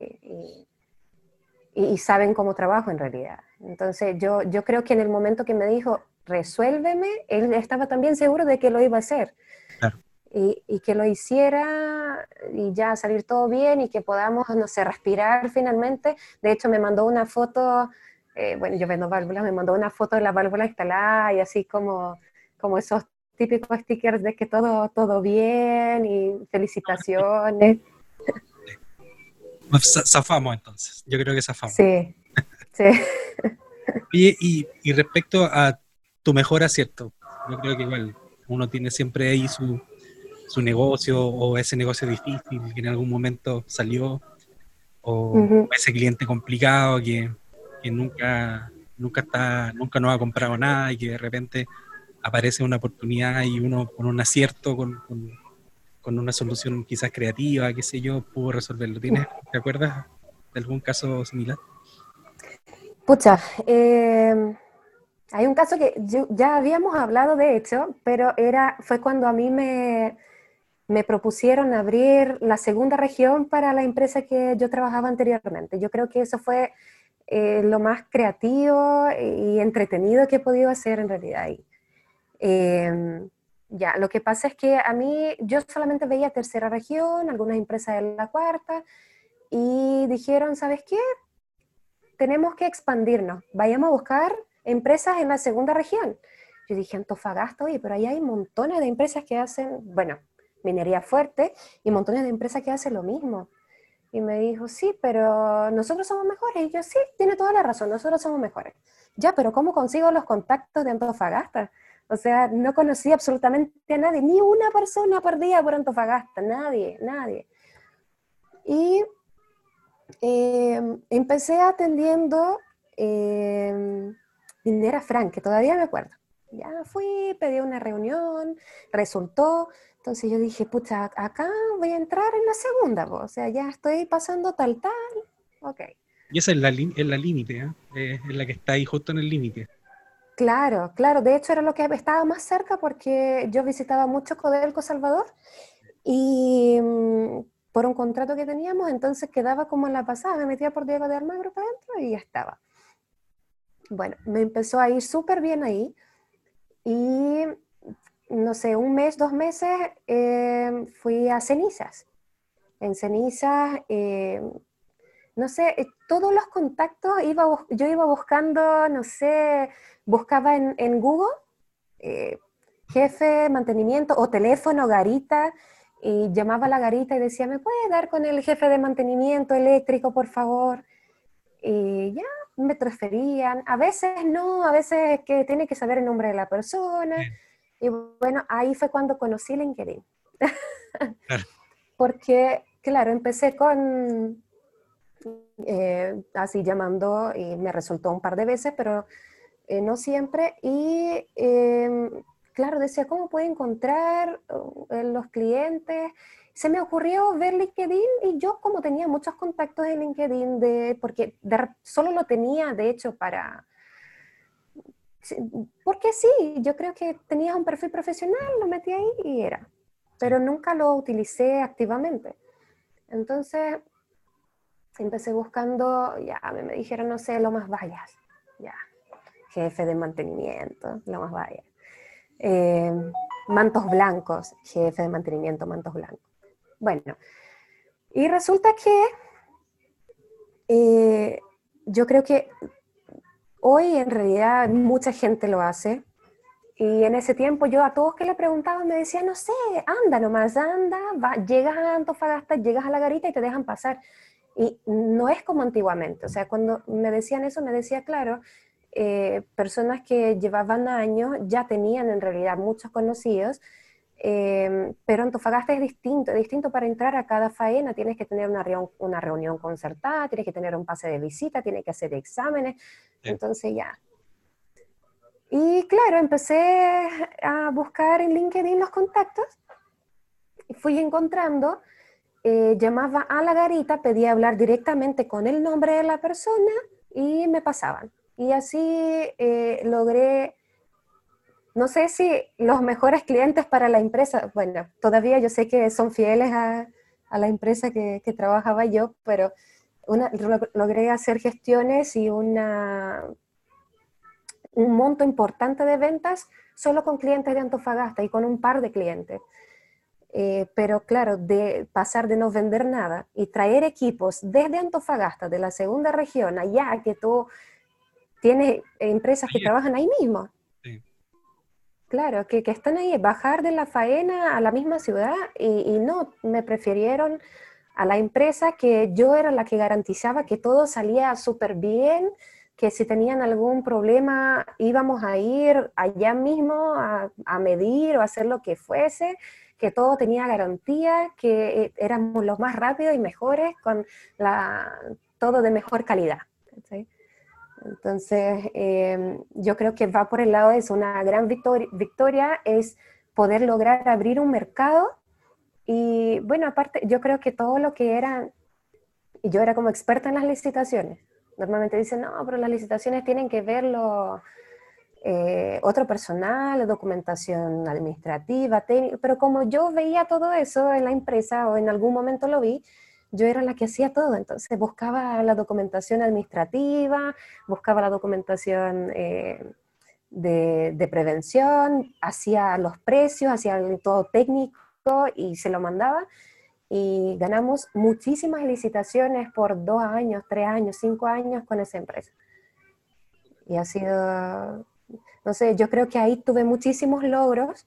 y saben cómo trabajo en realidad. Entonces yo creo que en el momento que me dijo, resuélveme, él estaba también seguro de que lo iba a hacer. Claro. Y que lo hiciera y ya salir todo bien y que podamos, no sé, respirar finalmente. De hecho, me mandó una foto, bueno, yo vendo válvulas, me mandó una foto de la válvula instalada y así como esos típicos stickers de que todo bien y felicitaciones. Pues zafamos entonces, yo creo que zafamos. Sí, sí. Oye, y respecto a tu mejor acierto, yo creo que igual uno tiene siempre ahí su negocio o ese negocio difícil que en algún momento salió o Ujú. ese cliente complicado que nunca nos ha comprado nada y que de repente aparece una oportunidad y uno con un acierto, con una solución quizás creativa, qué sé yo, pudo resolverlo. ¿Te acuerdas de algún caso similar? Pucha, hay un caso que ya habíamos hablado de hecho, pero fue cuando a mí me propusieron abrir la segunda región para la empresa que yo trabajaba anteriormente. Yo creo que eso fue lo más creativo y entretenido que he podido hacer en realidad ahí. Ya, lo que pasa es que a mí, yo solamente veía tercera región, algunas empresas de la cuarta, y dijeron, ¿sabes qué? Tenemos que expandirnos, vayamos a buscar empresas en la segunda región. Yo dije, Antofagasta, oye, pero ahí hay montones de empresas que hacen, bueno, minería fuerte y montones de empresas que hacen lo mismo. Y me dijo, sí, pero nosotros somos mejores. Y yo, sí, tiene toda la razón, nosotros somos mejores. Ya, pero ¿cómo consigo los contactos de Antofagasta? O sea, no conocí absolutamente a nadie, ni una persona por día por Antofagasta, nadie. Y empecé atendiendo Minera Frank, que todavía me acuerdo. Ya fui, pedí una reunión, resultó. Entonces yo dije, pucha, acá voy a entrar en la segunda, po. O sea, ya estoy pasando tal, ok. Y esa es la límite, ¿eh? Es la que está ahí justo en el límite. Claro, claro, de hecho era lo que estaba más cerca porque yo visitaba mucho Codelco Salvador y por un contrato que teníamos, entonces quedaba como en la pasada, me metía por Diego de Almagro para adentro y ya estaba. Bueno, me empezó a ir súper bien ahí y no sé, un mes, 2 meses fui a Cenizas. En Cenizas, no sé, todos los contactos yo iba buscando, no sé, buscaba en Google eh, jefe, mantenimiento o teléfono, garita, y llamaba a la garita y decía, ¿me puede dar con el jefe de mantenimiento eléctrico, por favor? Y ya me transferían, a veces no, a veces que tiene que saber el nombre de la persona, y bueno, ahí fue cuando conocí LinkedIn, Claro. porque claro, empecé con así llamando y me resultó un par de veces, pero no siempre, y claro, decía, ¿cómo puedo encontrar los clientes? Se me ocurrió ver LinkedIn y yo como tenía muchos contactos en LinkedIn, porque solo lo tenía de hecho porque sí, yo creo que tenía un perfil profesional, lo metí ahí y era, pero nunca lo utilicé activamente. Entonces Empecé buscando, ya, me dijeron, no sé, Lomas Vallas, ya, jefe de mantenimiento, Lomas Vallas. Eh, Mantos Blancos, jefe de mantenimiento, Mantos Blancos. Bueno, y resulta que yo creo que hoy en realidad mucha gente lo hace, y en ese tiempo yo a todos que le preguntaba me decían, no sé, anda nomás, anda, llegas a Antofagasta, llegas a la garita y te dejan pasar. Y no es como antiguamente, o sea, cuando me decían eso, me decía, claro, personas que llevaban años ya tenían en realidad muchos conocidos, pero Antofagasta es distinto para entrar a cada faena, tienes que tener una reunión concertada, tienes que tener un pase de visita, tienes que hacer exámenes, entonces ya. Y claro, empecé a buscar en LinkedIn los contactos, y fui encontrando, llamaba a la garita, pedía hablar directamente con el nombre de la persona y me pasaban. Y así logré, no sé si los mejores clientes para la empresa, bueno, todavía yo sé que son fieles a la empresa que trabajaba yo, pero logré hacer gestiones y un monto importante de ventas solo con clientes de Antofagasta y con un par de clientes. Pero claro, de pasar de no vender nada y traer equipos desde Antofagasta, de la segunda región, allá que tú tienes empresas que trabajan ahí mismo. Sí. Claro, que están ahí, bajar de la faena a la misma ciudad y no, me prefirieron a la empresa que yo era la que garantizaba que todo salía súper bien, que si tenían algún problema íbamos a ir allá mismo a medir o hacer lo que fuese, que todo tenía garantía, que éramos los más rápidos y mejores con todo de mejor calidad. ¿Sí? Entonces, yo creo que va por el lado de eso, una gran victoria es poder lograr abrir un mercado y bueno, aparte, yo creo que todo lo que era, y yo era como experta en las licitaciones, normalmente dicen, no, pero las licitaciones tienen que verlo otro personal, documentación administrativa, técnica, pero como yo veía todo eso en la empresa o en algún momento lo vi, yo era la que hacía todo, entonces buscaba la documentación administrativa, buscaba la documentación de prevención, hacía los precios, hacía todo técnico y se lo mandaba y ganamos muchísimas licitaciones por 2 años, 3 años, 5 años con esa empresa. Y ha sido, no sé, yo creo que ahí tuve muchísimos logros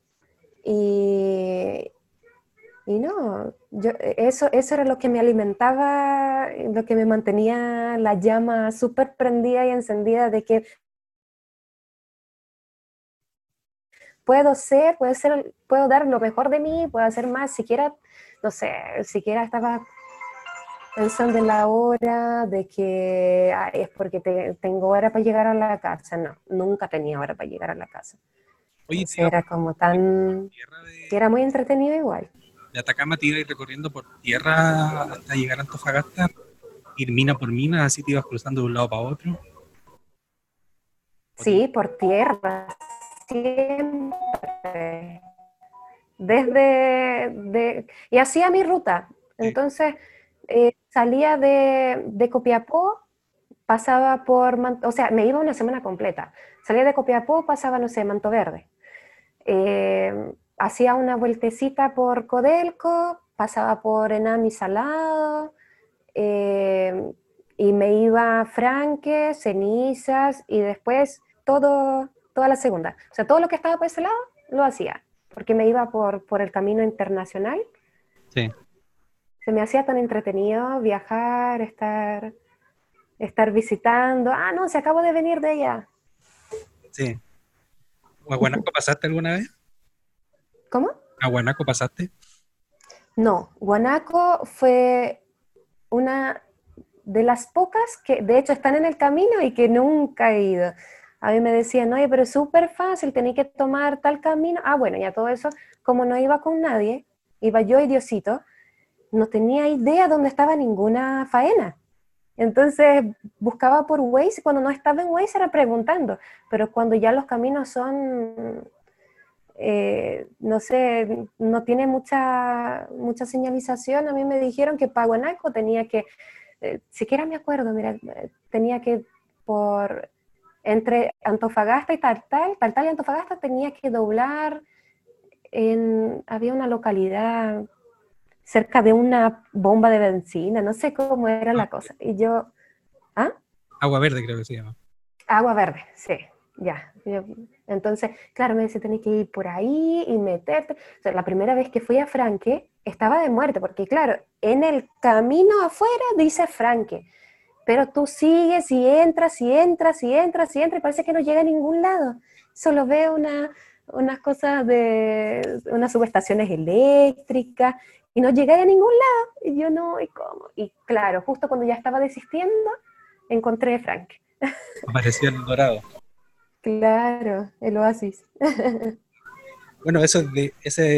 y no, eso era lo que me alimentaba, lo que me mantenía la llama súper prendida y encendida de que puedo dar lo mejor de mí, puedo hacer más, siquiera, no sé, siquiera estaba pensando en la hora de que ay, es porque tengo hora para llegar a la casa. No, nunca tenía hora para llegar a la casa. Oye, Entonces era como tan, tierra que era muy entretenido igual. de Atacama te ibas a ir recorriendo por tierra hasta llegar a Antofagasta, ir mina por mina, así te ibas cruzando de un lado para otro. Sí, por tierra, siempre. Y hacía mi ruta. Sí. Entonces, salía de Copiapó, pasaba por, o sea, me iba una semana completa. Salía de Copiapó, pasaba, no sé, Manto Verde. Hacía una vueltecita por Codelco, pasaba por Enami Salado, eh, y me iba a Franque, Cenizas, y después toda la segunda. O sea, todo lo que estaba por ese lado, lo hacía, porque me iba por el camino internacional. Sí. Se me hacía tan entretenido viajar, estar visitando. Ah, no, se acabo de venir de allá. Sí. ¿A Guanaco pasaste alguna vez? ¿Cómo? ¿A Guanaco pasaste? No, Guanaco fue una de las pocas que de hecho están en el camino y que nunca he ido. A mí me decían, oye, pero es súper fácil, tenés que tomar tal camino. Ah, bueno, ya todo eso, como no iba con nadie, iba yo y Diosito, no tenía idea dónde estaba ninguna faena. Entonces buscaba por Waze y cuando no estaba en Waze era preguntando, pero cuando ya los caminos son, no sé, no tiene mucha señalización, a mí me dijeron que para Guanaco tenía que siquiera me acuerdo, mira, tenía que entre Antofagasta y Taltal y Antofagasta tenía que doblar había una localidad cerca de una bomba de benzina, no sé cómo era la cosa. Y yo, ¿ah? Agua Verde creo que se llama. Agua Verde, sí, ya. Entonces, claro, me dice, tenés que ir por ahí y meterte. O sea, la primera vez que fui a Franque, estaba de muerte, porque claro, en el camino afuera dice Franque, pero tú sigues y entras y entras y entras y entras y parece que no llega a ningún lado. Solo veo unas cosas de unas subestaciones eléctricas y no llegué a ningún lado. Y yo no, ¿y cómo? Y claro, justo cuando ya estaba desistiendo, encontré Franque. Apareció el Dorado. Claro, el oasis. Bueno, eso de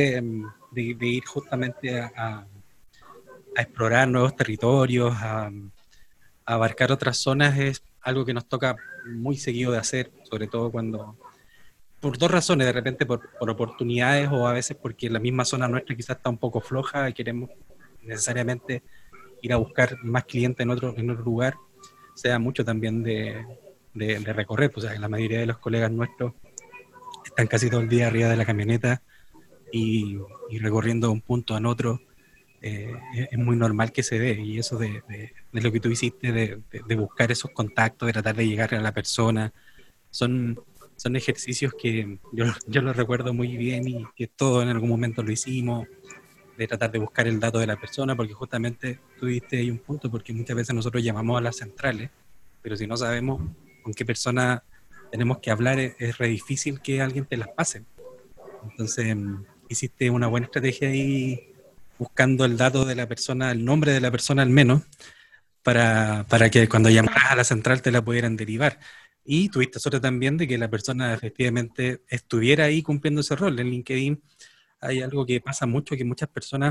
ir justamente a explorar nuevos territorios, a abarcar otras zonas es algo que nos toca muy seguido de hacer, sobre todo por dos razones, de repente por oportunidades o a veces porque la misma zona nuestra quizás está un poco floja y queremos necesariamente ir a buscar más clientes en otro lugar, sea mucho también de recorrer, pues, o sea, la mayoría de los colegas nuestros están casi todo el día arriba de la camioneta y recorriendo de un punto a otro. Es muy normal que se dé, y eso de lo que tú hiciste, de buscar esos contactos, de tratar de llegar a la persona, son ejercicios que yo los recuerdo muy bien y que todos en algún momento lo hicimos, de tratar de buscar el dato de la persona, porque justamente tú diste ahí un punto, porque muchas veces nosotros llamamos a las centrales, pero si no sabemos con qué persona tenemos que hablar, es re difícil que alguien te las pase. Entonces, hiciste una buena estrategia ahí, buscando el dato de la persona, el nombre de la persona al menos, para que cuando llamaras a la central te la pudieran derivar. Y tuviste suerte también de que la persona efectivamente estuviera ahí cumpliendo ese rol. En LinkedIn hay algo que pasa mucho, que muchas personas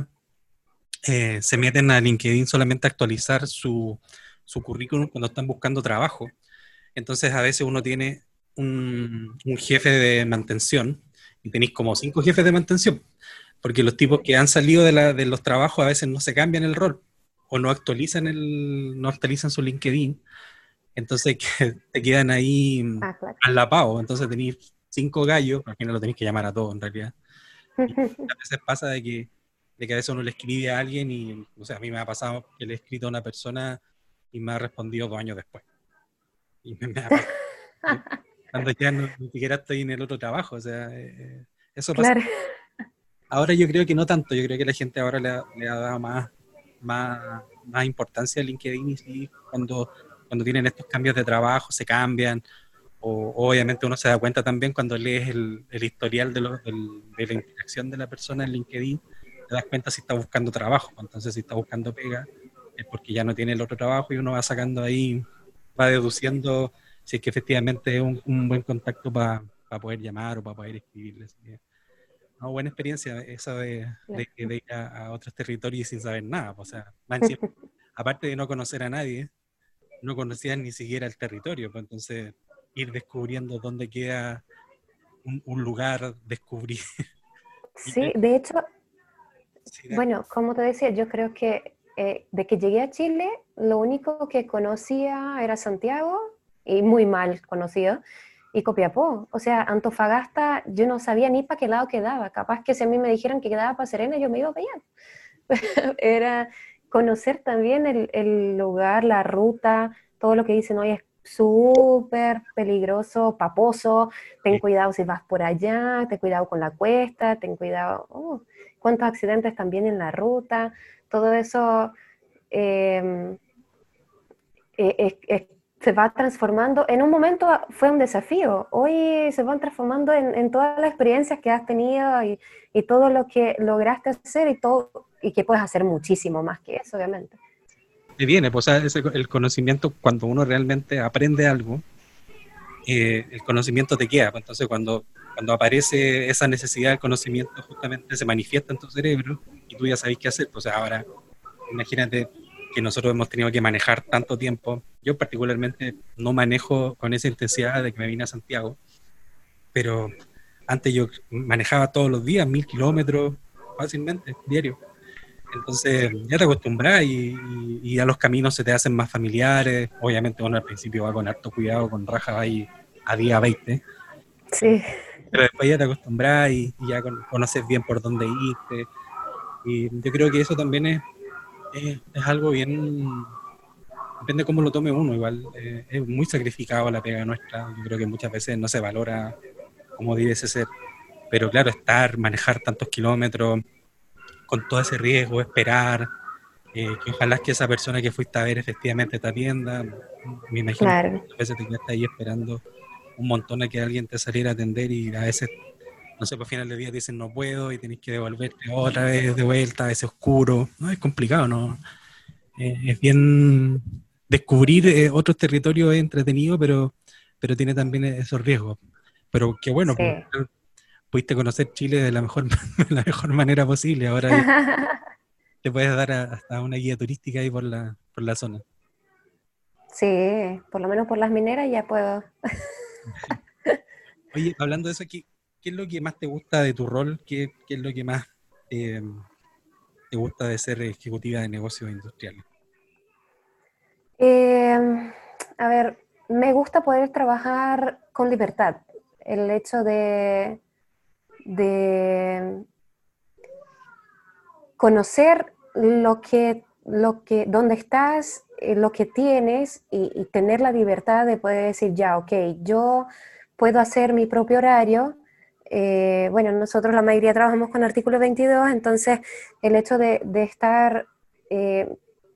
se meten a LinkedIn solamente a actualizar su currículum cuando están buscando trabajo. Entonces a veces uno tiene un jefe de mantención y tenéis como 5 jefes de mantención, porque los tipos que han salido de los trabajos a veces no se cambian el rol o no actualizan su LinkedIn, entonces te quedan ahí Claro. enlapados. Entonces tenéis 5 gallos, al final lo tenéis que llamar a todos en realidad. Y a veces pasa de que a veces uno le escribe a alguien y, o sea, a mí me ha pasado que le he escrito a una persona y me ha respondido 2 años después. Y me ha pasado cuando ya ni siquiera estoy en el otro trabajo, o sea, eso pasa. Claro. Ahora yo creo que no tanto, yo creo que la gente ahora le ha dado más importancia a LinkedIn, y sí, cuando tienen estos cambios de trabajo, se cambian, o obviamente uno se da cuenta también cuando lees el historial de la interacción de la persona en LinkedIn, te das cuenta si está buscando trabajo. Entonces, si está buscando pega, es porque ya no tiene el otro trabajo, y uno va sacando ahí, va deduciendo si es que efectivamente es un buen contacto para poder llamar o para poder escribirle. Así que, no, buena experiencia esa de ir a otros territorios sin saber nada. O sea, más encima, aparte de no conocer a nadie, no conocían ni siquiera el territorio, pues entonces ir descubriendo dónde queda un lugar, descubrir. Sí, de hecho, Sí, bueno, como te decía, yo creo que de que llegué a Chile, lo único que conocía era Santiago, y muy mal conocido, y Copiapó. O sea, Antofagasta, yo no sabía ni para qué lado quedaba. Capaz que si a mí me dijeran que quedaba para Serena, yo me iba para allá. Era conocer también el lugar, la ruta, todo lo que dicen hoy es súper peligroso, paposo, ten cuidado si vas por allá, ten cuidado con la cuesta, ten cuidado, cuántos accidentes también en la ruta, todo eso eh, se va transformando. En un momento fue un desafío, hoy se van transformando en todas las experiencias que has tenido y todo lo que lograste hacer y que puedes hacer muchísimo más que eso, obviamente. te viene, pues, o sea, el conocimiento, cuando uno realmente aprende algo, el conocimiento te queda. Pues, entonces cuando aparece esa necesidad del conocimiento, justamente se manifiesta en tu cerebro y tú ya sabes qué hacer. Pues, o sea, ahora imagínate que nosotros hemos tenido que manejar tanto tiempo. Yo particularmente no manejo con esa intensidad de que me vine a Santiago, pero antes yo manejaba todos los días 1000 kilómetros fácilmente, diario. Entonces ya te acostumbras y a los caminos se te hacen más familiares. Obviamente uno al principio va con harto cuidado, con raja ahí a día 20, Sí, pero después ya te acostumbras y ya conoces bien por dónde irte. Y yo creo que eso también es algo bien, depende cómo lo tome uno, igual es muy sacrificado la pega nuestra. Yo creo que muchas veces no se valora como debiese ser. Pero claro, manejar tantos kilómetros con todo ese riesgo, esperar, que ojalá que esa persona que fuiste a ver efectivamente te atienda. Me imagino que claro. muchas veces te quedaste ahí esperando un montón a que alguien te saliera a atender y a veces, no sé, por final del día te dicen no puedo y tenés que devolverte otra vez de vuelta, a veces oscuro. No, es complicado, ¿no? Es bien descubrir otros territorios es entretenido, pero tiene también esos riesgos. Pero qué bueno, Sí. pues, pudiste conocer Chile de la mejor, de la mejor manera posible. Ahora ya te puedes dar hasta una guía turística ahí por la zona. Sí, por lo menos por las mineras ya puedo. Oye, hablando de eso, ¿qué es lo que más te gusta de tu rol? ¿Qué es lo que más eh, te gusta de ser ejecutiva de negocios industriales? Eh, a ver, me gusta poder trabajar con libertad. El hecho de conocer dónde estás, lo que tienes y tener la libertad de poder decir, ya, ok, yo puedo hacer mi propio horario. Bueno, nosotros la mayoría trabajamos con artículo 22, entonces el hecho de estar, eh,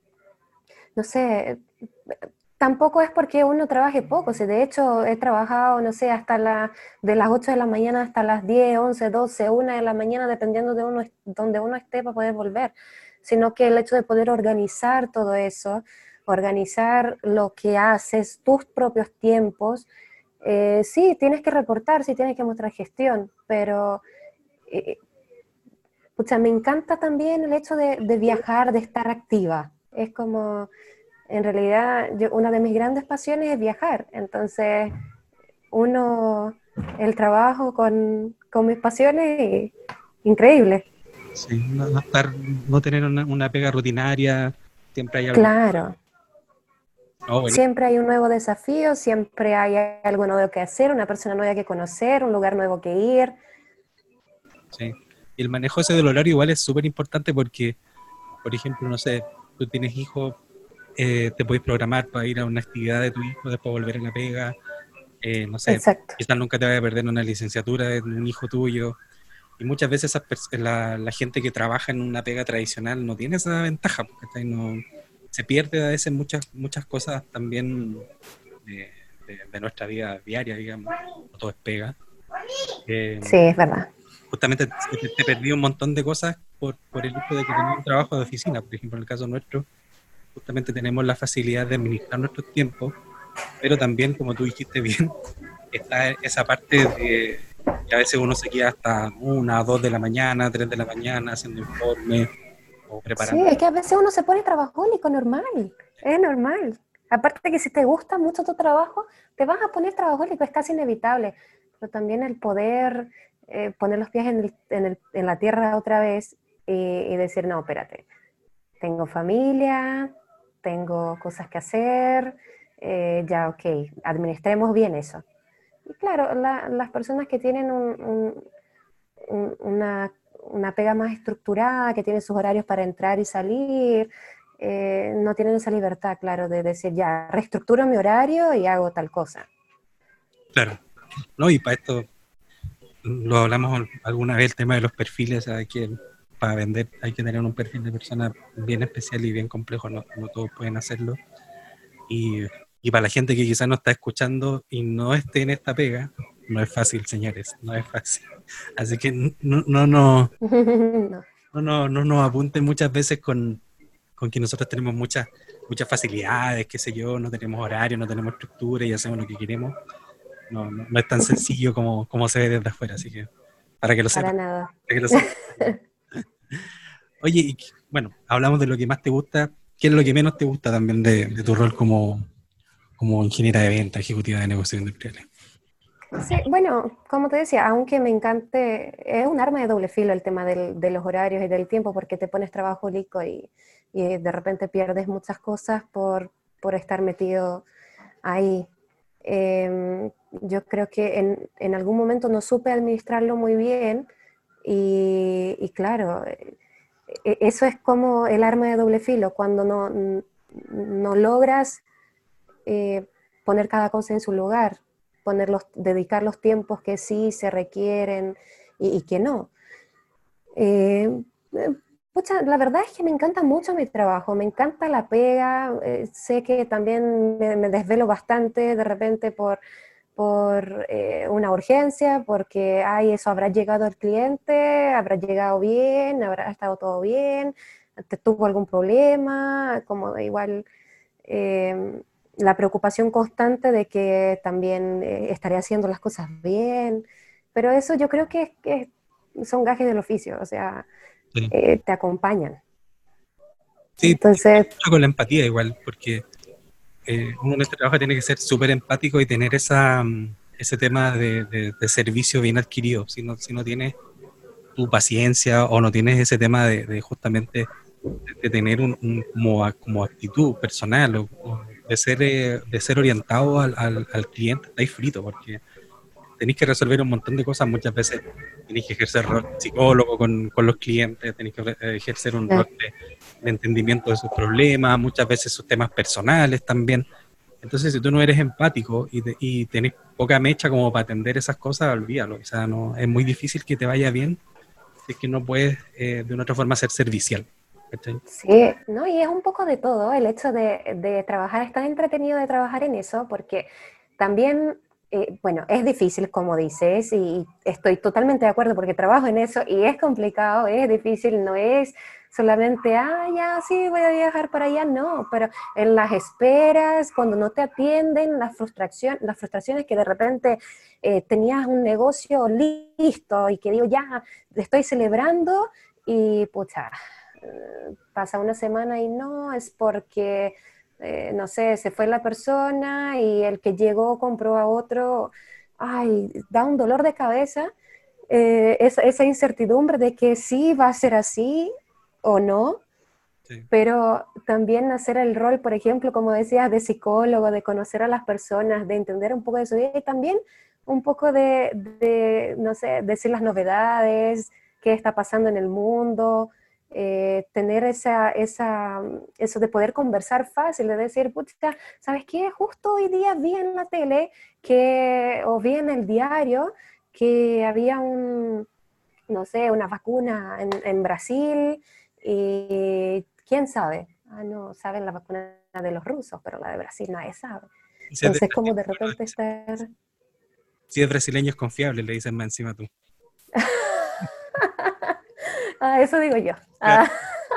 no sé, tampoco es porque uno trabaje poco, si de hecho he trabajado, no sé, de las 8 de la mañana hasta las 10, 11, 12, 1 de la mañana, dependiendo de uno, donde uno esté para poder volver, sino que el hecho de poder organizar todo eso, organizar lo que haces, tus propios tiempos, sí, tienes que reportar, sí tienes que mostrar gestión, pero eh, pucha, me encanta también el hecho de viajar, de estar activa. Es como, en realidad, una de mis grandes pasiones es viajar. Entonces, uno, el trabajo con mis pasiones, increíble. Sí, no tener una pega rutinaria, siempre hay algo. Claro. No, bueno, Siempre hay un nuevo desafío, siempre hay algo nuevo que hacer, una persona nueva que conocer, un lugar nuevo que ir. sí. Y el manejo ese del horario igual es súper importante porque, por ejemplo, no sé, tú tienes hijos, te puedes programar para ir a una actividad de tu hijo, después volver a la pega, no sé, Exacto. quizás nunca te vaya a perder una licenciatura de un hijo tuyo. Y muchas veces la gente que trabaja en una pega tradicional no tiene esa ventaja, porque no, se pierde a veces muchas cosas también de, de nuestra vida diaria, digamos, no todo es pega. Sí, es verdad. Justamente te perdí un montón de cosas por el hecho de que tenía un trabajo de oficina. Por ejemplo, en el caso nuestro, justamente tenemos la facilidad de administrar nuestros tiempos, pero también, como tú dijiste bien, está esa parte de que a veces uno se queda hasta 1, 2 de la mañana, 3 de la mañana haciendo informes o Sí, preparando. es que a veces uno se pone trabajólico, normal, es normal. Aparte que si te gusta mucho tu trabajo, te vas a poner trabajólico, es casi inevitable. Pero también el poder poner los pies en la tierra otra vez y decir, no, espérate, tengo familia, tengo cosas que hacer, ya, ok, administremos bien eso. Y claro, las personas que tienen una pega más estructurada, que tienen sus horarios para entrar y salir, no tienen esa libertad, claro, de decir, ya, reestructuro mi horario y hago tal cosa. Claro, ¿no? Y para esto lo hablamos alguna vez, el tema de los perfiles, hay que, para vender hay que tener un perfil de persona bien especial y bien complejo, no todos pueden hacerlo. Y, y para la gente que quizás no está escuchando y no esté en esta pega, no es fácil, señores, no es fácil. Así que No. no nos apunten muchas veces con que nosotros tenemos muchas facilidades, qué sé yo, no tenemos horario, no tenemos estructura y hacemos lo que queremos. No es tan sencillo como se ve desde afuera, así que para que lo Para sepan, nada. para que lo sepan. Oye, y bueno, hablamos de lo que más te gusta, ¿qué es lo que menos te gusta también de tu rol como ingeniera de venta, ejecutiva de negocios industriales? Sí, bueno, como te decía, aunque me encante, es un arma de doble filo el tema de los horarios y del tiempo, porque te pones trabajólico y de repente pierdes muchas cosas por estar metido ahí. Yo creo que en algún momento no supe administrarlo muy bien y claro, eso es como el arma de doble filo, cuando no logras eh, poner cada cosa en su lugar, dedicar los tiempos que sí se requieren y que no. Eh, eh, Pucha, la verdad es que me encanta mucho mi trabajo, me encanta la pega, sé que también me desvelo bastante de repente por una urgencia, porque, ay, eso habrá llegado al cliente, habrá llegado bien, habrá estado todo bien, te tuvo algún problema, como igual eh, la preocupación constante de que también estaré haciendo las cosas bien, pero eso yo creo que son gajes del oficio, o sea, Sí, te acompañan. sí, Entonces, mucho con la empatía igual, porque uno en este trabajo tiene que ser súper empático y tener ese tema de servicio bien adquirido. Si no tienes tu paciencia o no tienes ese tema de justamente de tener como actitud personal o de ser orientado al cliente, estáis frito porque tenéis que resolver un montón de cosas. Muchas veces tenéis que ejercer rol de psicólogo con los clientes, tenéis que ejercer un rol de entendimiento de sus problemas, muchas veces sus temas personales también. Entonces, si tú no eres empático y tenés poca mecha como para atender esas cosas, olvídalo. O sea, no, es muy difícil que te vaya bien si es que no puedes de una otra forma ser servicial. ¿Cachai? sí, ¿no? Y es un poco de todo, el hecho de trabajar, es tan entretenido de trabajar en eso, porque también, bueno, es difícil, como dices, y estoy totalmente de acuerdo, porque trabajo en eso y es complicado, es difícil, no es solamente, ah, ya, sí, voy a viajar para allá, no, pero en las esperas, cuando no te atienden, las frustraciones que de repente tenías un negocio listo y que digo, ya, estoy celebrando y pucha, pasa una semana y no, es porque, no sé, se fue la persona y el que llegó compró a otro, ay, da un dolor de cabeza, esa incertidumbre de que sí va a ser así o no, Sí. pero también hacer el rol, por ejemplo, como decías, de psicólogo, de conocer a las personas, de entender un poco de su vida y también un poco no sé, decir las novedades, qué está pasando en el mundo, tener eso de poder conversar fácil, de decir, pucha, ¿sabes qué? Justo hoy día vi en la tele o vi en el diario que había no sé, una vacuna en Brasil y quién sabe. Ah, no, saben la vacuna de los rusos, pero la de Brasil nadie sabe. Si es de Entonces, como Brasil, de bueno, repente estar... si es brasileño es confiable, le dicen más encima tú. Ah, eso digo yo. Claro. Ah,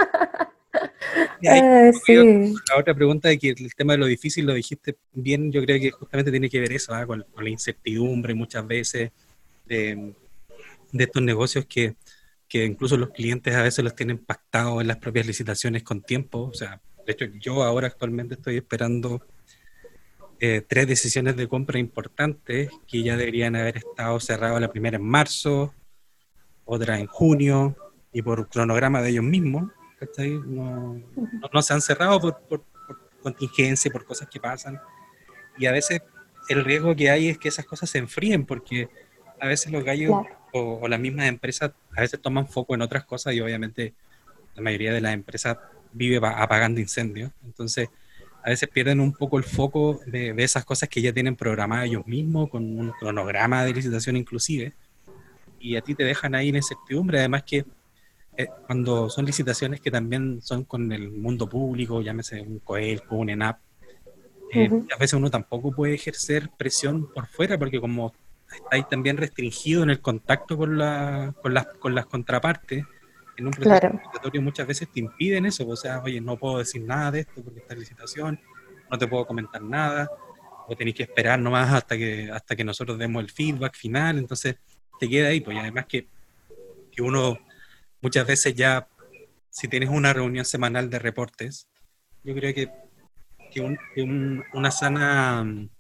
Y ahí yo sí, la otra pregunta de que el tema de lo difícil lo dijiste bien, yo creo que justamente tiene que ver eso, ¿ah? Con la incertidumbre muchas veces de, de estos negocios que incluso los clientes a veces los tienen pactados en las propias licitaciones con tiempo. O sea, de hecho, yo ahora actualmente estoy esperando 3 decisiones de compra importantes que ya deberían haber estado cerradas, la primera en marzo, otra en junio, y por cronograma de ellos mismos, ¿cachai? No se han cerrado por contingencia, por cosas que pasan, y a veces el riesgo que hay es que esas cosas se enfríen, porque a veces los gallos claro. o las mismas empresas a veces toman foco en otras cosas y obviamente la mayoría de las empresas vive apagando incendios, entonces a veces pierden un poco el foco de esas cosas que ya tienen programadas ellos mismos, con un cronograma de licitación inclusive, y a ti te dejan ahí en incertidumbre, además que cuando son licitaciones que también son con el mundo público, llámese un Coelco, un ENAP, Ujú, muchas veces uno tampoco puede ejercer presión por fuera, porque como estáis también restringido en el contacto con las contrapartes, en un proceso claro. licitatorio muchas veces te impiden eso, o sea, oye, no puedo decir nada de esto porque está en licitación, no te puedo comentar nada, o tenéis que esperar nomás hasta que nosotros demos el feedback final, entonces te queda ahí, pues y además que uno muchas veces ya, si tienes una reunión semanal de reportes, yo creo que una sana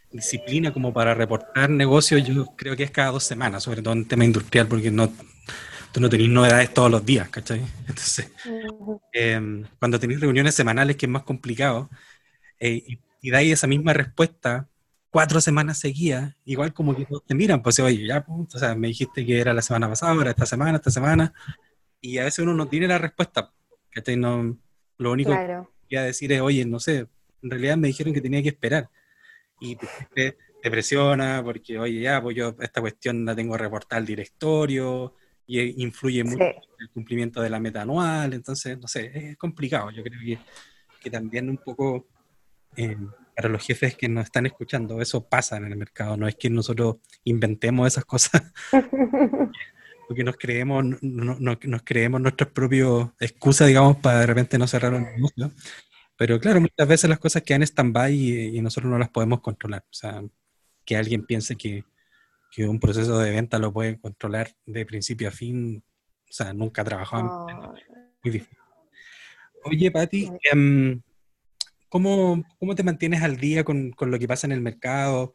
disciplina como para reportar negocios, yo creo que es cada 2 semanas, sobre todo en tema industrial, porque tú no tenés novedades todos los días, ¿cachai? Entonces, Ujú. cuando tenéis reuniones semanales, que es más complicado, y dais esa misma respuesta 4 semanas seguidas, igual como que todos te miran, pues oye, ya, pues, o sea, me dijiste que era la semana pasada, ahora esta semana, y a veces uno no tiene la respuesta, ¿cachai? No, lo único que Claro, quería decir es, oye, no sé, en realidad me dijeron que tenía que esperar, y tu jefe te presiona porque, oye, ya, pues yo esta cuestión la tengo que reportar al directorio, y influye mucho sí. en el cumplimiento de la meta anual, entonces, no sé, es complicado, yo creo que también un poco eh, para los jefes que nos están escuchando, eso pasa en el mercado, no es que nosotros inventemos esas cosas, porque nos creemos, nos creemos nuestras propias excusas, digamos, para de repente no cerrar un negocio. Pero claro, muchas veces las cosas quedan en stand-by y nosotros no las podemos controlar. O sea, que alguien piense que un proceso de venta lo puede controlar de principio a fin, o sea, nunca ha trabajado en Oh, muy difícil. Oye, Pati, ay, ¿cómo te mantienes al día con lo que pasa en el mercado?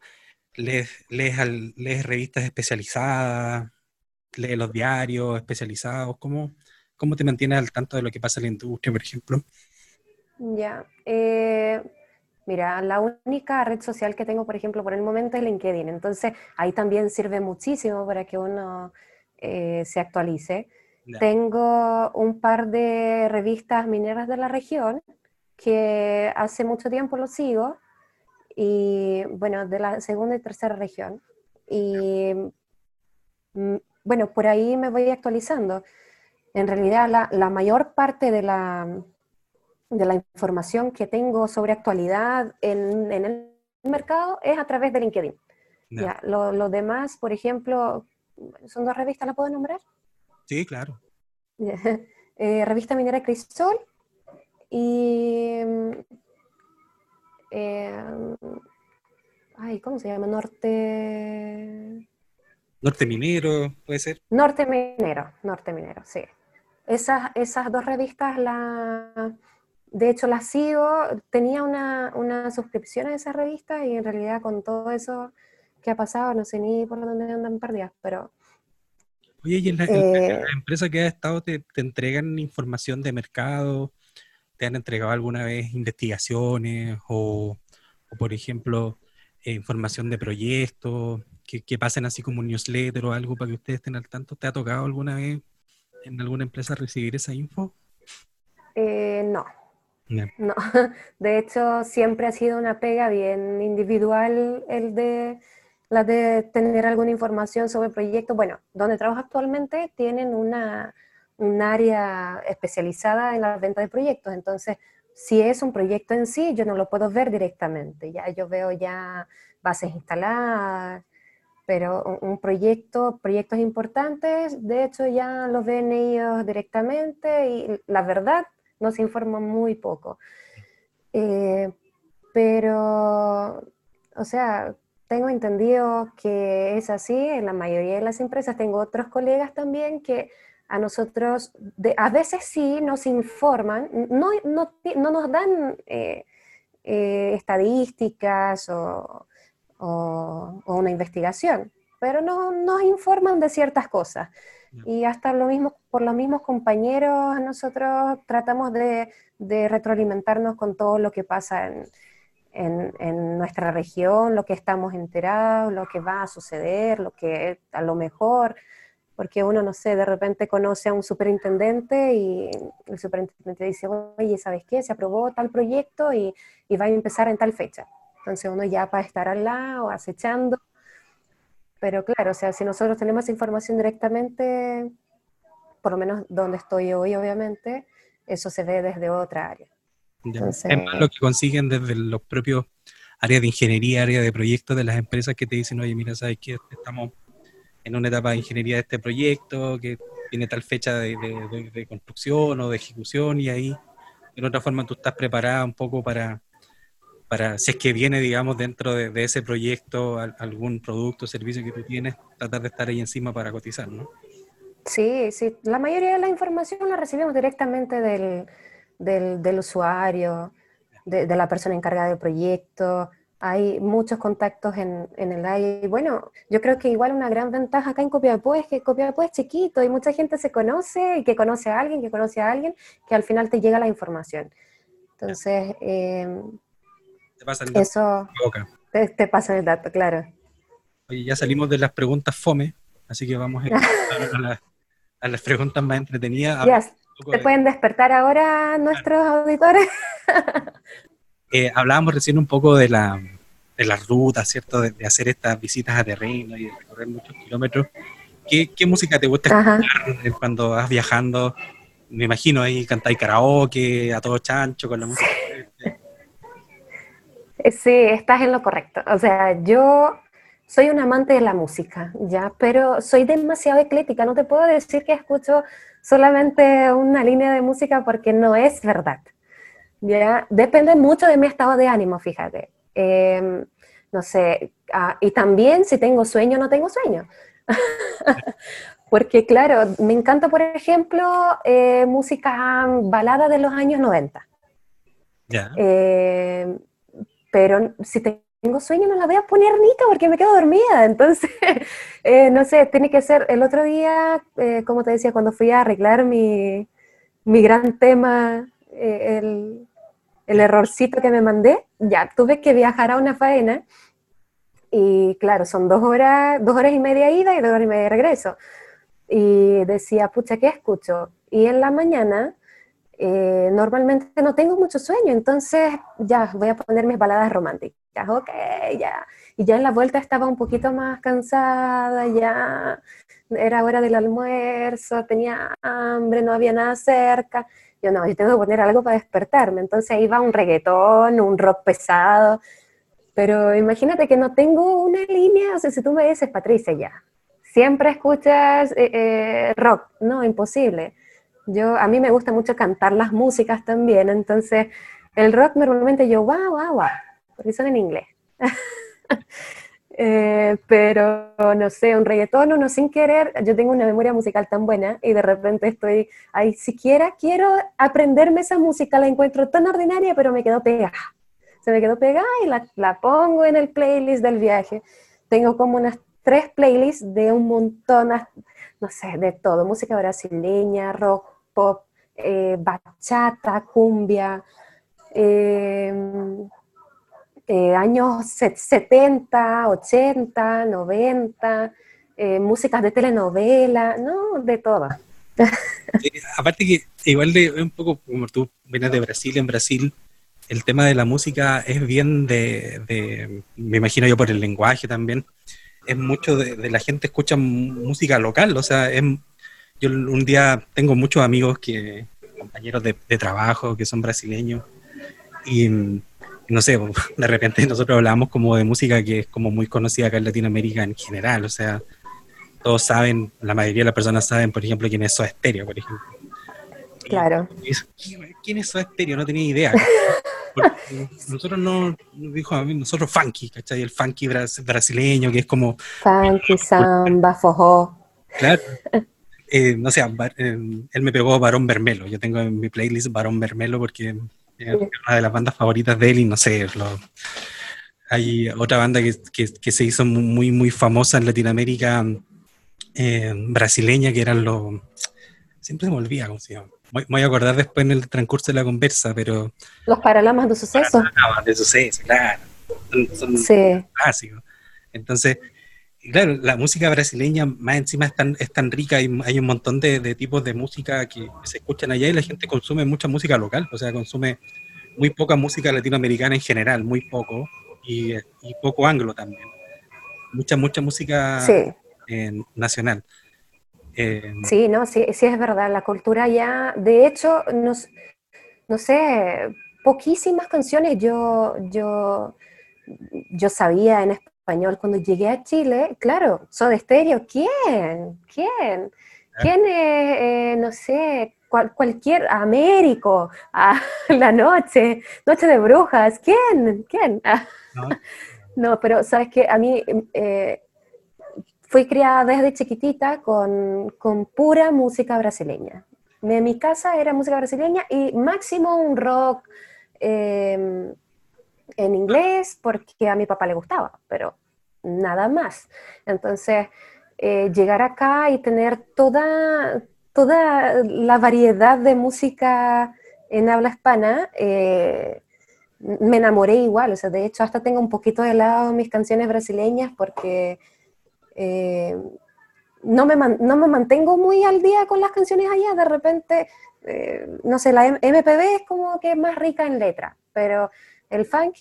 ¿Lees revistas especializadas? ¿Lees los diarios especializados? ¿Cómo te mantienes al tanto de lo que pasa en la industria, por ejemplo? ya. Mira, la única red social que tengo, por ejemplo, por el momento es LinkedIn. Entonces, ahí también sirve muchísimo para que uno se actualice. Ya, Tengo un par de revistas mineras de la región que hace mucho tiempo lo sigo, y bueno, de la segunda y tercera región. Y bueno, por ahí me voy actualizando. En realidad, la mayor parte de la información que tengo sobre actualidad en el mercado es a través de LinkedIn. ya. Ya, lo demás, por ejemplo, son dos revistas, ¿la puedo nombrar? Sí, claro. Revista Minera Crisol y eh, ay, ¿cómo se llama? Norte Minero, puede ser. Norte Minero, sí. Esas dos revistas, de hecho las sigo, tenía una suscripción a esas revistas y en realidad con todo eso que ha pasado, no sé ni por dónde andan perdidas, pero Oye, ¿y en eh, la empresa que has estado te entregan información de mercado? ¿Te han entregado alguna vez investigaciones o, por ejemplo, información de proyectos que pasen así como un newsletter o algo para que ustedes estén al tanto? ¿Te ha tocado alguna vez en alguna empresa recibir esa info? no, Ya, no. De hecho, siempre ha sido una pega bien individual la de tener alguna información sobre proyectos. Bueno, donde trabajo actualmente tienen un área especializada en la venta de proyectos, entonces si es un proyecto en sí, yo no lo puedo ver directamente, ya yo veo ya bases instaladas, pero un proyecto, proyectos importantes, de hecho ya los ven ellos directamente y la verdad nos informan muy poco. Eh, pero, o sea, tengo entendido que es así en la mayoría de las empresas. Tengo otros colegas también que a nosotros, a veces sí nos informan, no nos dan estadísticas o una investigación, pero nos informan de ciertas cosas. ya. Y hasta lo mismo, por los mismos compañeros, nosotros tratamos de retroalimentarnos con todo lo que pasa en nuestra región, lo que estamos enterados, lo que va a suceder, lo que a lo mejor, porque uno, no sé, de repente conoce a un superintendente y el superintendente dice, oye, ¿sabes qué? Se aprobó tal proyecto y va a empezar en tal fecha. Entonces uno ya va a estar al lado, acechando, pero claro, o sea, si nosotros tenemos información directamente, por lo menos donde estoy hoy, obviamente, eso se ve desde otra área. Ya. Es más lo Entonces, que consiguen desde los propios áreas de ingeniería, áreas de proyectos de las empresas que te dicen, oye, mira, sabes que estamos en una etapa de ingeniería de este proyecto que tiene tal fecha de construcción o de ejecución y ahí, de otra forma, tú estás preparada un poco para si es que viene, digamos, dentro de ese proyecto algún producto o servicio que tú tienes, tratar de estar ahí encima para cotizar, ¿no? sí, sí, la mayoría de la información la recibimos directamente del usuario, de la persona encargada del proyecto. hay muchos contactos en el aire. Y bueno, yo creo que igual una gran ventaja acá en Copiapó es que Copiapó es chiquito y mucha gente se conoce y que conoce a alguien, que conoce a alguien, que al final te llega la información. Entonces, Te pasa el dato eso por la boca. te pasa el dato, claro. Oye, ya salimos de las preguntas fome, así que vamos a las preguntas más entretenidas. Ya, Hablamos un poco ¿se pueden despertar ahora nuestros auditores? hablábamos recién un poco de las rutas, ¿cierto? De hacer estas visitas a terreno y de recorrer muchos kilómetros. ¿Qué música te gusta Ajá. escuchar cuando vas viajando? Me imagino ahí cantáis karaoke, a todo chancho con la música. Sí, estás en lo correcto. O sea, yo soy un amante de la música, ¿ya? Pero soy demasiado ecléctica. No te puedo decir que escucho solamente una línea de música porque no es verdad, ¿ya? Depende mucho de mi estado de ánimo, fíjate. No sé, y también si tengo sueño o no tengo sueño. Porque claro, me encanta, por ejemplo, música balada de los años 90. Ya. Pero si tengo sueño no la voy a poner nunca porque me quedo dormida. Entonces, no sé, tiene que ser el otro día, como te decía, cuando fui a arreglar mi gran tema, el errorcito que me mandé, ya tuve que viajar a una faena y claro, son 2 horas y media ida y 2 horas y media de regreso. Y decía, pucha, ¿qué escucho? Y en la mañana normalmente no tengo mucho sueño, entonces ya voy a poner mis baladas románticas, ok, ya. Y ya en la vuelta estaba un poquito más cansada, ya era hora del almuerzo, tenía hambre, no había nada cerca. Yo no, yo tengo que poner algo para despertarme, entonces iba un reggaetón, un rock pesado, pero imagínate que no tengo una línea, o sea, si tú me dices, Patricia, ya, siempre escuchas rock, no, imposible. A mí me gusta mucho cantar las músicas también, entonces el rock normalmente yo, wow, wow, wow, porque son en inglés. Pero no sé, un reggaetón, uno sin querer, yo tengo una memoria musical tan buena y de repente estoy ahí, siquiera quiero aprenderme esa música, la encuentro tan ordinaria, pero me quedó pegada. Se me quedó pegada y la pongo en el playlist del viaje. Tengo como unas 3 playlists de un montón, no sé, de todo, música brasileña, rock, pop, bachata, cumbia, eh, años 70, 80, 90, músicas de telenovela, no, de todo. Aparte que igual de un poco como tú vienes de Brasil, en Brasil el tema de la música es bien me imagino yo por el lenguaje también, es mucho de la gente escucha música local, o sea, yo un día tengo muchos amigos compañeros de trabajo que son brasileños y no sé, de repente nosotros hablamos como de música que es como muy conocida acá en Latinoamérica en general, o sea, todos saben, la mayoría de las personas saben, por ejemplo, quién es Soda Stereo, por ejemplo. Claro. ¿Quién es Soda Stereo? No tenía idea. Porque nosotros dijo a mí, nosotros funky, ¿cachai? El funky brasileño, que es como... Funky, samba, forró. Claro. No sé, él me pegó Barón Vermelo. Yo tengo en mi playlist Barón Vermelo porque es una de las bandas favoritas de él y no sé, hay otra banda que se hizo muy, muy famosa en Latinoamérica, brasileña, que eran siempre se me olvida cómo se llama. Me voy a acordar después en el transcurso de la conversa, pero... Los Paralamas de Suceso. De Suceso, claro. Son Sí. clásicos. Entonces, claro, la música brasileña más encima es tan rica y hay un montón de tipos de música que se escuchan allá y la gente consume mucha música local, o sea, consume muy poca música latinoamericana en general, muy poco, y poco anglo también. Mucha música Sí. nacional. Sí, no, sí, sí es verdad, la cultura ya, de hecho, no sé, poquísimas canciones yo sabía en español cuando llegué a Chile, claro, Soda Stereo, ¿quién? ¿Quién? ¿Quién es, no sé, cualquier, Américo, La Noche, Noche de Brujas, ¿quién? ¿Quién? ¿No? No, pero sabes que a mí fui criada desde chiquitita con pura música brasileña. En mi casa era música brasileña y máximo un rock, en inglés porque a mi papá le gustaba, pero nada más. Entonces, llegar acá y tener toda la variedad de música en habla hispana, me enamoré igual. O sea, de hecho, hasta tengo un poquito de lado mis canciones brasileñas porque eh, no me mantengo muy al día con las canciones allá. De repente, no sé, la MPB es como que es más rica en letra, pero el funk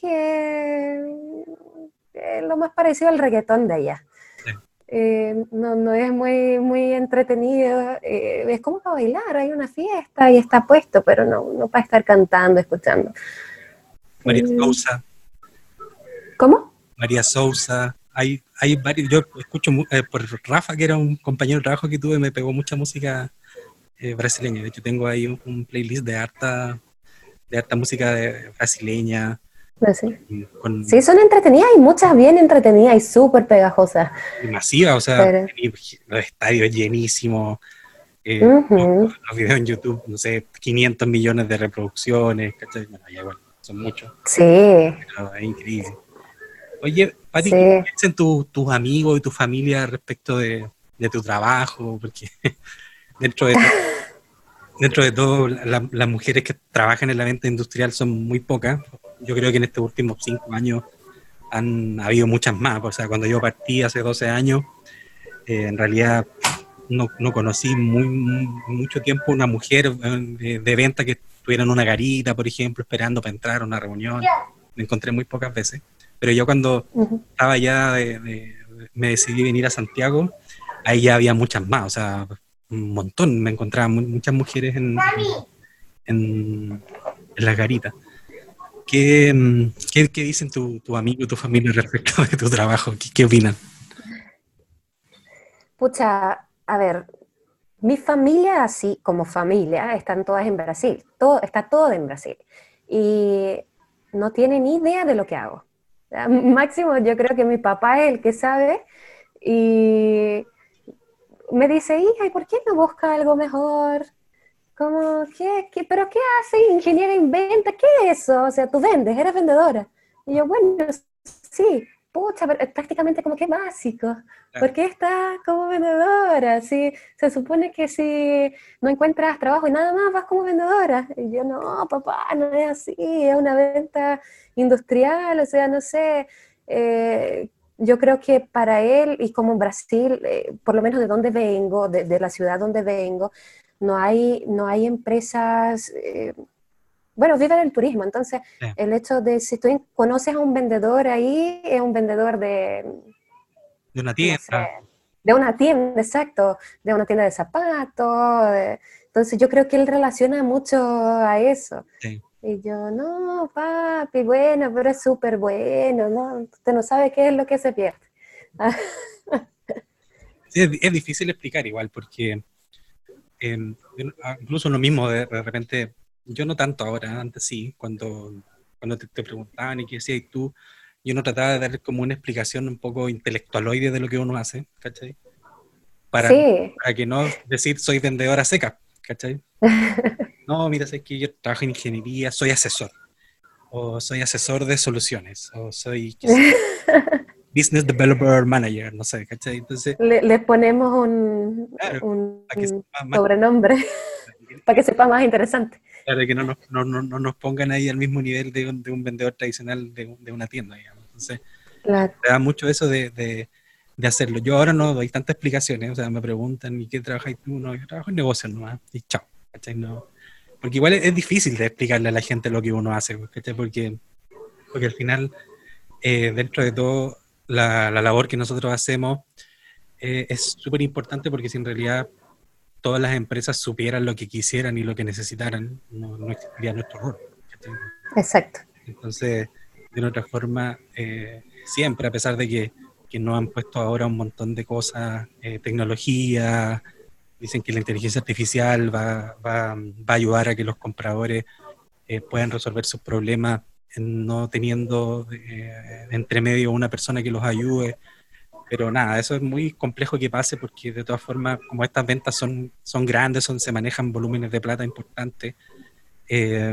es lo más parecido al reggaetón de allá. Sí. No es muy entretenido, es como para bailar, hay una fiesta y está puesto, pero no para estar cantando, escuchando. María Sousa. ¿Cómo? María Sousa, hay varios, yo escucho por Rafa, que era un compañero de trabajo que tuve, me pegó mucha música brasileña. De hecho tengo ahí un playlist de harta música brasileña, Sí. con Sí, son entretenidas y muchas bien entretenidas y súper pegajosas. masiva, o sea, Pero, los estadios llenísimos, uh-huh. los videos en YouTube, no sé, 500 millones de reproducciones, ¿cachai? Bueno, ya igual, son muchos, Sí, pero es increíble. Oye, Pati, ¿qué sí. dicen tus amigos y tu familia respecto de tu trabajo? Porque dentro de todo, las mujeres que trabajan en la venta industrial son muy pocas. Yo creo que en estos últimos 5 años han habido muchas más. O sea, cuando yo partí hace 12 años, en realidad no conocí mucho tiempo una mujer de venta que estuviera en una garita, por ejemplo, esperando para entrar a una reunión. Me encontré muy pocas veces. Pero yo cuando Uh-huh. estaba ya, me decidí venir a Santiago, ahí ya había muchas más, o sea, un montón. Me encontraba muchas mujeres en las garitas. ¿Qué dicen tu amigo y tu familia respecto de tu trabajo? ¿Qué opinan? Pucha, a ver, mi familia, así como familia, están todas en Brasil. Está todo en Brasil. Y no tienen ni idea de lo que hago. O sea, máximo, yo creo que mi papá es el que sabe. Y me dice, hija, ¿y por qué no busca algo mejor? Como, ¿pero qué hace ingeniera en venta? ¿Qué es eso? O sea, tú vendes, eres vendedora. Y yo, bueno, sí, pucha, pero es prácticamente como que básico. ¿Por qué estás como vendedora? Si se supone que si no encuentras trabajo y nada más vas como vendedora. Y yo, no, papá, no es así, es una venta industrial, o sea, no sé. Yo creo que para él y como Brasil, por lo menos de donde vengo, de la ciudad donde vengo, no hay empresas, bueno, viven el turismo, entonces Sí, el hecho de si tú conoces a un vendedor ahí, es un vendedor de, de una no sé, tienda. de una tienda, exacto, de una tienda de zapatos, entonces yo creo que él relaciona mucho a eso. Sí. Y yo, no, papi, bueno, pero es súper bueno, ¿no? Usted no sabe qué es lo que se pierde. Sí, es difícil explicar igual, porque incluso lo mismo de repente, yo no tanto ahora, antes sí, cuando te preguntaban y qué decías tú, yo no trataba de dar como una explicación un poco intelectualoide de lo que uno hace, ¿cachai? Para, Sí, para que no decir soy vendedora seca, ¿cachai? No, mira, sé que yo trabajo en ingeniería, soy asesor, o soy asesor de soluciones, o soy, qué sé, business developer manager, no sé, ¿cachai? Entonces, le ponemos un, claro, un para que sepa más, sobrenombre para que sepa más interesante. claro, que no nos pongan ahí al mismo nivel de un vendedor tradicional de una tienda, digamos. Entonces, Claro. te da mucho eso de hacerlo. Yo ahora no doy tantas explicaciones, o sea, me preguntan, ¿y qué trabajas tú? No, yo trabajo en negocios nomás, y chao, ¿cachai? No, porque igual es difícil de explicarle a la gente lo que uno hace, ¿cachai? Porque al final, dentro de todo, la labor que nosotros hacemos es súper importante, porque si en realidad todas las empresas supieran lo que quisieran y lo que necesitaran, no existiría nuestro rol, ¿cachai? Exacto. Entonces, de una otra forma, siempre, a pesar de que nos han puesto ahora un montón de cosas, tecnología, dicen que la inteligencia artificial va a ayudar a que los compradores puedan resolver sus problemas no teniendo entre medio una persona que los ayude. Pero nada, eso es muy complejo que pase, porque de todas formas, como estas ventas son grandes, se manejan volúmenes de plata importantes, eh,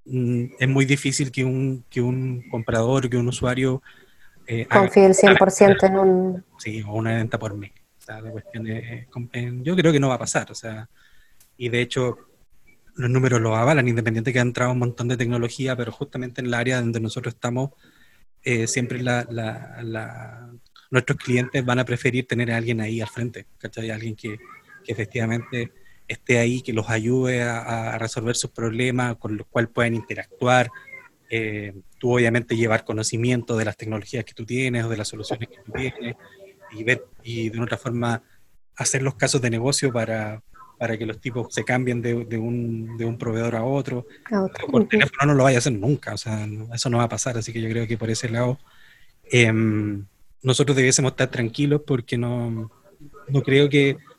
es muy difícil que un comprador, que un usuario haga Confío el 100% en un... sí, o una venta por mail. O sea, la cuestión yo creo que no va a pasar. O sea, y de hecho, los números lo avalan, independiente que ha entrado un montón de tecnología, pero justamente en el área donde nosotros estamos, siempre nuestros clientes van a preferir tener a alguien ahí al frente, ¿cachai? Alguien que efectivamente esté ahí, que los ayude a resolver sus problemas, con los cuales puedan interactuar. Tú obviamente llevar conocimiento de las tecnologías que tú tienes o de las soluciones que tú tienes y ver y de otra forma hacer los casos de negocio para que los tipos se cambien de un proveedor a otro. a otro. Por teléfono no lo vaya a hacer nunca, o sea, eso no va a pasar, así que yo creo que por ese lado nosotros debiésemos estar tranquilos porque no creo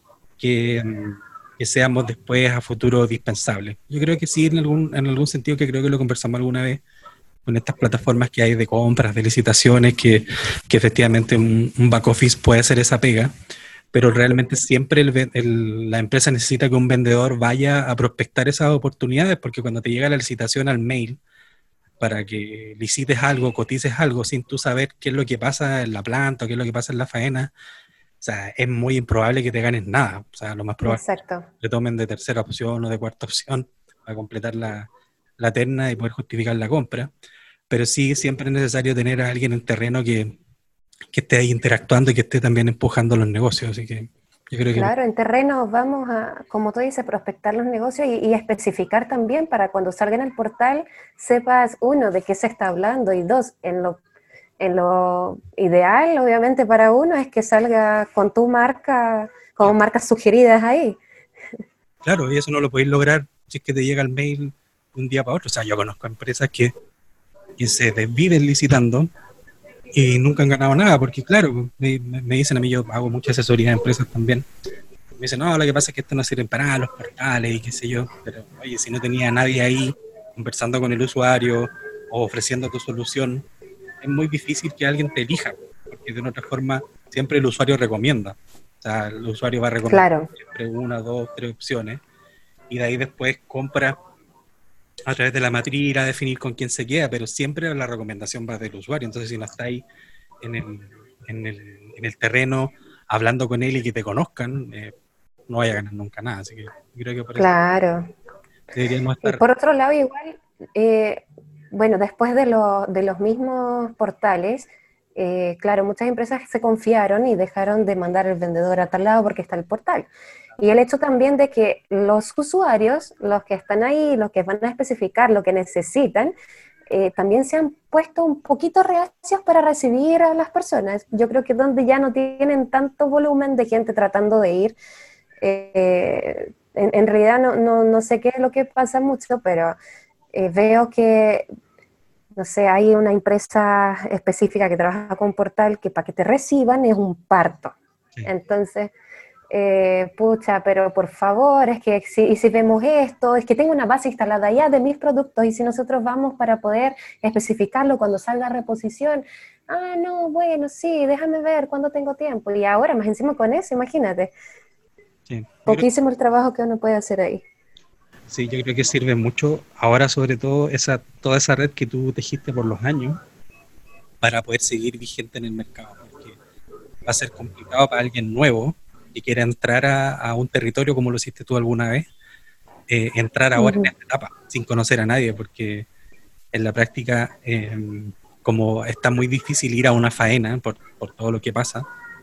que seamos después a futuro dispensables. Yo creo que sí, en algún sentido, que creo que lo conversamos alguna vez con estas plataformas que hay de compras, de licitaciones, que efectivamente un back office puede hacer esa pega, pero realmente siempre la empresa necesita que un vendedor vaya a prospectar esas oportunidades, porque cuando te llega la licitación al mail, para que licites algo, cotices algo, sin tú saber qué es lo que pasa en la planta o qué es lo que pasa en la faena, o sea, es muy improbable que te ganes nada. O sea, lo más probable Exacto. es que te tomen de tercera opción o de cuarta opción para completar la terna y poder justificar la compra. Pero sí, siempre es necesario tener a alguien en terreno que esté ahí interactuando y que esté también empujando los negocios. Así que yo creo que Claro, en terreno vamos a, como tú dices, prospectar los negocios y especificar también para cuando salga en el portal sepas, uno, de qué se está hablando y dos, en lo ideal, obviamente, para uno es que salga con tu marca, con marcas sugeridas ahí. claro, y eso no lo podéis lograr si es que te llega el mail de un día para otro. O sea, yo conozco empresas que se desviven licitando y nunca han ganado nada, porque claro, me dicen a mí, yo hago mucha asesoría de empresas también, me dicen, no, lo que pasa es que esto no sirve para nada, los portales y qué sé yo, pero oye, si no tenía a nadie ahí conversando con el usuario o ofreciendo tu solución, es muy difícil que alguien te elija, porque de una otra forma siempre el usuario recomienda. O sea, el usuario va a recomendar Claro, siempre una, dos, tres opciones, y de ahí después compra a través de la matriz, ir a definir con quién se queda, pero siempre la recomendación va del usuario. Entonces, si no está ahí en el terreno hablando con él y que te conozcan, no vaya a ganar nunca nada. Así que yo creo que por eso claro. deberíamos Y estar. por otro lado, igual, bueno, después de los mismos portales, claro, muchas empresas se confiaron y dejaron de mandar el vendedor a tal lado porque está el portal. Y el hecho también de que los usuarios, los que están ahí, los que van a especificar lo que necesitan, también se han puesto un poquito reacios para recibir a las personas. Yo creo que donde ya no tienen tanto volumen de gente tratando de ir, en realidad no sé qué es lo que pasa mucho, pero veo que, no sé, hay una empresa específica que trabaja con Portal que para que te reciban es un parto. Sí. Entonces, pucha, pero por favor, es que y si vemos esto, es que tengo una base instalada ya de mis productos y si nosotros vamos para poder especificarlo cuando salga a reposición, no, bueno, sí, déjame ver cuándo tengo tiempo. Y ahora, más encima con eso, imagínate, Sí. poquísimo el trabajo que uno puede hacer ahí. Sí, yo creo que sirve mucho ahora, sobre todo toda esa red que tú tejiste por los años para poder seguir vigente en el mercado, porque va a ser complicado para alguien nuevo que quiera entrar a un territorio como lo hiciste tú alguna vez, entrar ahora en esta etapa sin conocer a nadie, porque en la práctica, como está muy difícil ir a una faena por todo lo que pasa,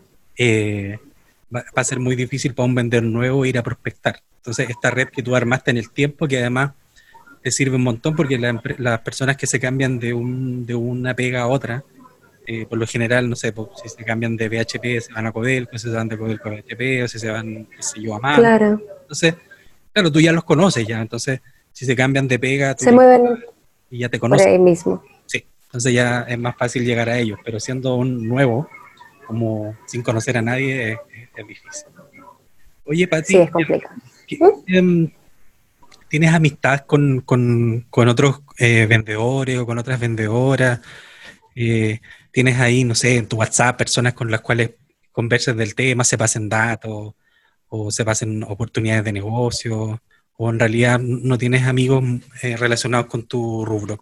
va a ser muy difícil para un vendedor nuevo ir a prospectar. Entonces, esta red que tú armaste en el tiempo, que además te sirve un montón porque las personas que se cambian de una pega a otra, por lo general, no sé, pues, si se cambian de PHP se van a Codelco, si se van de Codelco a PHP, o si se van, qué sé yo, a MAN. Claro, Entonces, claro, tú ya los conoces ya, entonces, si se cambian de pega, tú se mueven y ya te por conoces. ahí mismo. Sí, entonces ya es más fácil llegar a ellos, pero siendo un nuevo, como sin conocer a nadie, es difícil. Oye, Sí, Pati, es complicado. ¿tienes amistad con otros vendedores o con otras vendedoras? ¿Tienes ahí, no sé, en tu WhatsApp personas con las cuales conversas del tema, se pasen datos o se pasen oportunidades de negocio? ¿O en realidad no tienes amigos relacionados con tu rubro?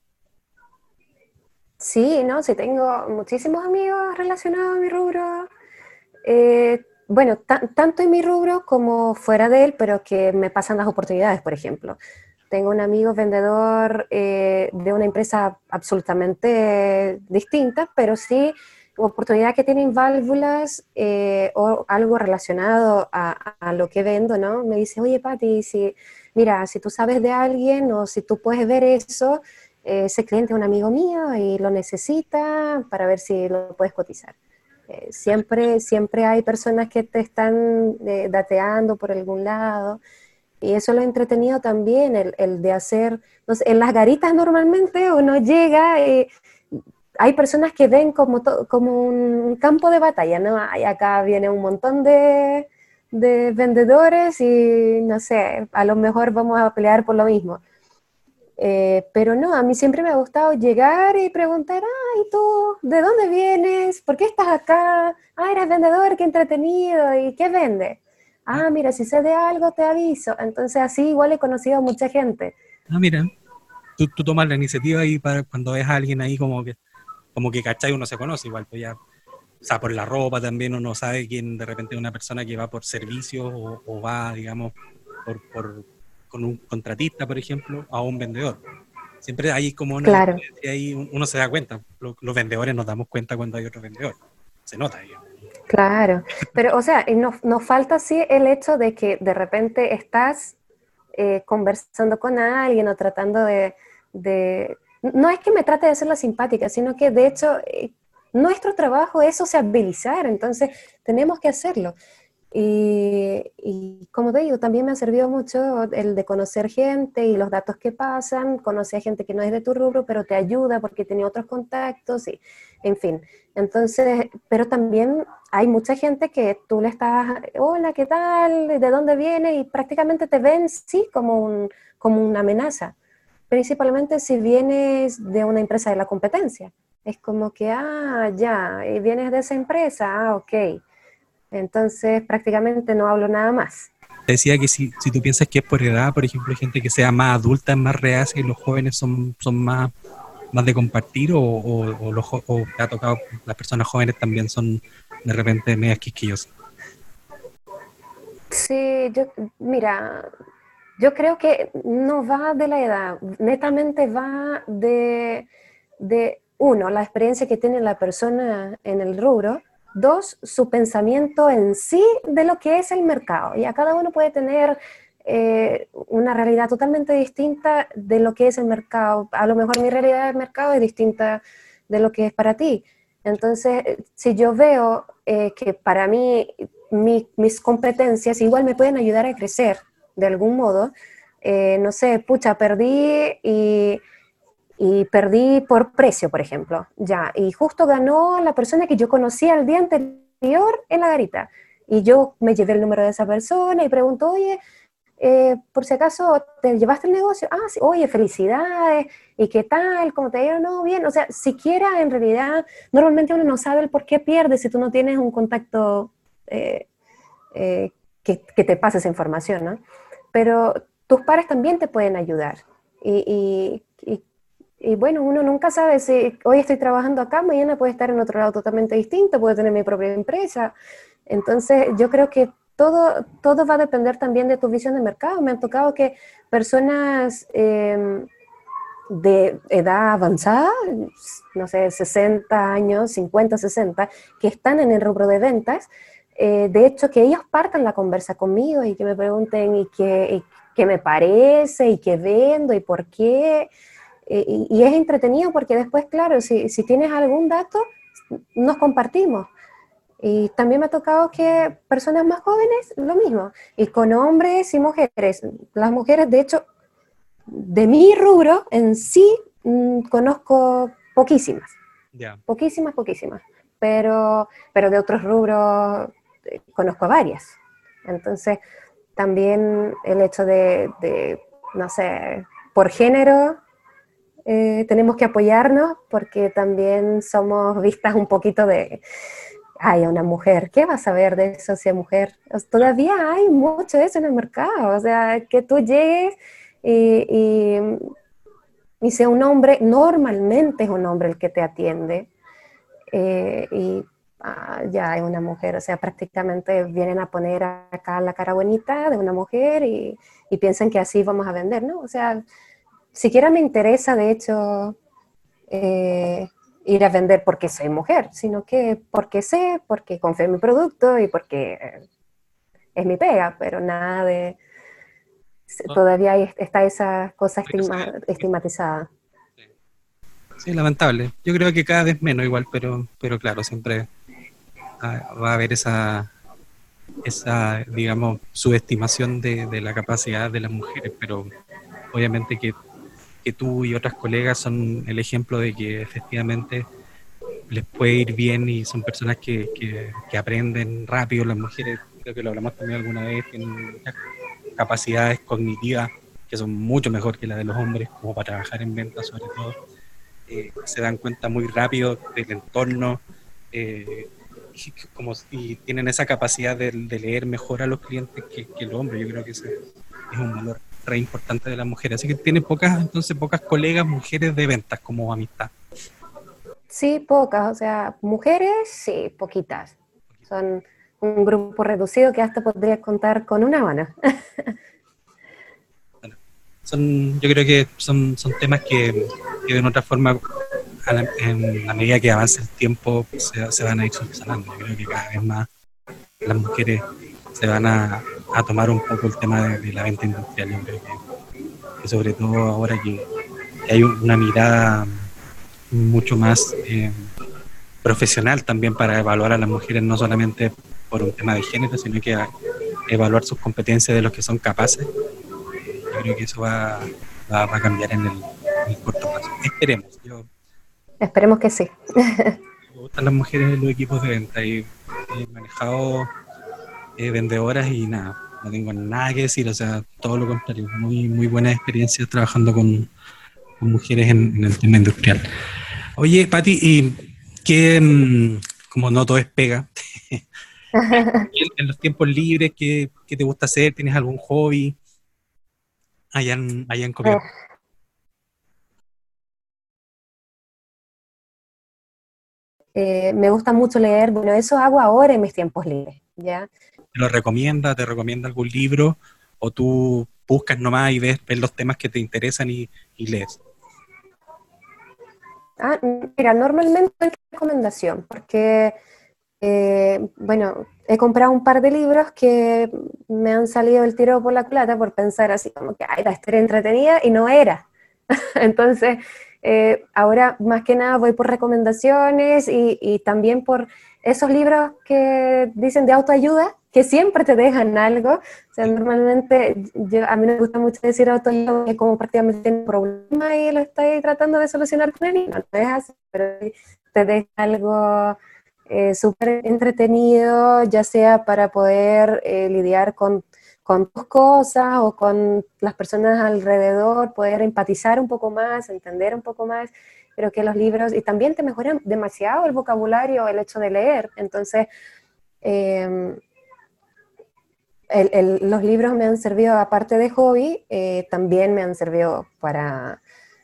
Sí, no, sí tengo muchísimos amigos relacionados a mi rubro. Bueno, tanto en mi rubro como fuera de él, pero que me pasan las oportunidades, por ejemplo. Tengo un amigo vendedor de una empresa absolutamente distinta, pero sí oportunidad que tienen válvulas o algo relacionado a lo que vendo, ¿no? Me dice, oye, Pati, mira, si tú sabes de alguien o si tú puedes ver eso, ese cliente es un amigo mío y lo necesita para ver si lo puedes cotizar. Siempre hay personas que te están dateando por algún lado. Y eso lo he entretenido también, el de hacer, no sé, en las garitas normalmente uno llega y hay personas que ven como un campo de batalla, ¿no? Ay, acá viene un montón de vendedores y no sé, a lo mejor vamos a pelear por lo mismo. Pero no, a mí siempre me ha gustado llegar y preguntar, ay, tú, ¿de dónde vienes? ¿Por qué estás acá? Ah, eres vendedor, qué entretenido, ¿y qué vende? Ah, Ah, mira, si sé de algo te aviso. Entonces así igual he conocido a mucha gente. mira, tú tomas la iniciativa y para cuando ves a alguien ahí como que ¿cachai? Uno se conoce igual, pues ya, o sea, por la ropa también uno sabe quién de repente es una persona que va por servicio o va, digamos, con un contratista, por ejemplo, a un vendedor. Siempre hay como una Claro, diferencia ahí, uno se da cuenta. Los vendedores nos damos cuenta cuando hay otro vendedor. Se nota, digamos. claro. Pero, o sea, nos falta sí el hecho de que de repente estás conversando con alguien o tratando No es que me trate de hacerla simpática, sino que de hecho nuestro trabajo es sociabilizar, entonces tenemos que hacerlo. Y como te digo, también me ha servido mucho el de conocer gente y los datos que pasan, conocer a gente que no es de tu rubro, pero te ayuda porque tiene otros contactos, y, en fin. Entonces, pero también hay mucha gente que tú le estás, hola, ¿qué tal? ¿De dónde viene? Y prácticamente te ven, sí, como una amenaza, principalmente si vienes de una empresa de la competencia. Es como que, ah, ya, y vienes de esa empresa, ah, ok. Entonces prácticamente no hablo nada más. Te decía que si tú piensas que es por edad, por ejemplo, hay gente que sea más adulta, es más reacia y los jóvenes son más de compartir o te ha tocado, las personas jóvenes también son de repente medias quisquillosas. Sí, mira, yo creo que no va de la edad, netamente va de uno, la experiencia que tiene la persona en el rubro, dos, su pensamiento en sí de lo que es el mercado. Y a cada uno puede tener una realidad totalmente distinta de lo que es el mercado. A lo mejor mi realidad del mercado es distinta de lo que es para ti. Entonces, si yo veo que para mí mis competencias igual me pueden ayudar a crecer de algún modo, no sé, pucha, y perdí por precio, por ejemplo, ya, y justo ganó la persona que yo conocía el día anterior en la garita, y yo me llevé el número de esa persona y pregunto, oye, por si acaso te llevaste el negocio, ah, sí, oye, felicidades, ¿y qué tal? ¿Cómo te dieron? No, bien, o sea, siquiera en realidad, normalmente uno no sabe el por qué pierde si tú no tienes un contacto eh, que te pase esa información, ¿no? Pero tus pares también te pueden ayudar. Y bueno, uno nunca sabe si hoy estoy trabajando acá, mañana puede estar en otro lado totalmente distinto, puede tener mi propia empresa. Entonces, yo creo que todo va a depender también de tu visión de mercado. Me han tocado que personas de edad avanzada, no sé, 60 años, 50, 60, que están en el rubro de ventas, de hecho, que ellos partan la conversa conmigo y que me pregunten qué me parece y qué vendo y por qué. Y es entretenido porque después, claro, si tienes algún dato, nos compartimos. Y también me ha tocado que personas más jóvenes, lo mismo, y con hombres y mujeres. Las mujeres, de hecho, de mi rubro en sí, conozco poquísimas, Ya. poquísimas, poquísimas, pero de otros rubros conozco a varias. Entonces, también el hecho no sé, por género, tenemos que apoyarnos porque también somos vistas un poquito Ay, una mujer, ¿qué vas a ver de eso si es mujer? Todavía hay mucho de eso en el mercado, o sea, que tú llegues y, y, y sea un hombre, normalmente es un hombre el que te atiende, y ya hay una mujer, o sea, prácticamente vienen a poner acá la cara bonita de una mujer y piensan que así vamos a vender, ¿no? O sea, siquiera me interesa, de hecho, ir a vender porque soy mujer, sino que porque sé, porque confío en mi producto y porque es mi pega, pero nada de... Todavía está esa cosa estigmatizada. Sí, lamentable. Yo creo que cada vez menos igual, pero claro, siempre va a haber esa, digamos, subestimación de la capacidad de las mujeres, pero obviamente que tú y otras colegas son el ejemplo de que efectivamente les puede ir bien y son personas que aprenden rápido. Las mujeres, creo que lo hablamos también alguna vez, tienen muchas capacidades cognitivas que son mucho mejor que las de los hombres, como para trabajar en ventas sobre todo. Se dan cuenta muy rápido del entorno, y tienen esa capacidad de leer mejor a los clientes que los hombres. Yo creo que ese es un valor re importante de las mujeres. Así que tiene pocas colegas mujeres de ventas como amistad. Sí, pocas, o sea, mujeres, sí, poquitas. Son un grupo reducido que hasta podrías contar con una mano. Bueno, yo creo que son temas que de otra forma, en la medida que avance el tiempo, se van a ir solucionando. Yo creo que cada vez más las mujeres se van a tomar un poco el tema de la venta industrial. Yo creo que sobre todo ahora que hay una mirada mucho más profesional también para evaluar a las mujeres, no solamente por un tema de género, sino que evaluar sus competencias de los que son capaces. Yo creo que eso va a cambiar en el corto plazo. Esperemos. Esperemos que sí. Me gustan las mujeres en los equipos de venta y he manejado vendedoras y nada, no tengo nada que decir, o sea, todo lo contrario, muy buenas experiencias trabajando con mujeres en el tema industrial. Oye, Pati, ¿y qué, como no todo es pega, en los tiempos libres, qué te gusta hacer? ¿Tienes algún hobby allá en Copiapó? Me gusta mucho leer, bueno, eso hago ahora en mis tiempos libres, ¿ya? ¿Te recomienda algún libro? ¿O tú buscas nomás y ves los temas que te interesan y lees? Mira, normalmente hay recomendación, porque, bueno, he comprado un par de libros que me han salido el tiro por la culata por pensar así como que, ay, la historia entretenida, y no era. Entonces, ahora más que nada voy por recomendaciones y también por esos libros que dicen de autoayuda, que siempre te dejan algo. O sea, normalmente a mí me gusta mucho decir autoayuda, que como prácticamente tiene un problema y lo estoy tratando de solucionar con él, y no es así, pero te deja algo súper entretenido, ya sea para poder lidiar con tus cosas o con las personas alrededor, poder empatizar un poco más, entender un poco más. Creo que los libros, y también te mejoran demasiado el vocabulario, el hecho de leer. Entonces, los libros me han servido, aparte de hobby, también me han servido para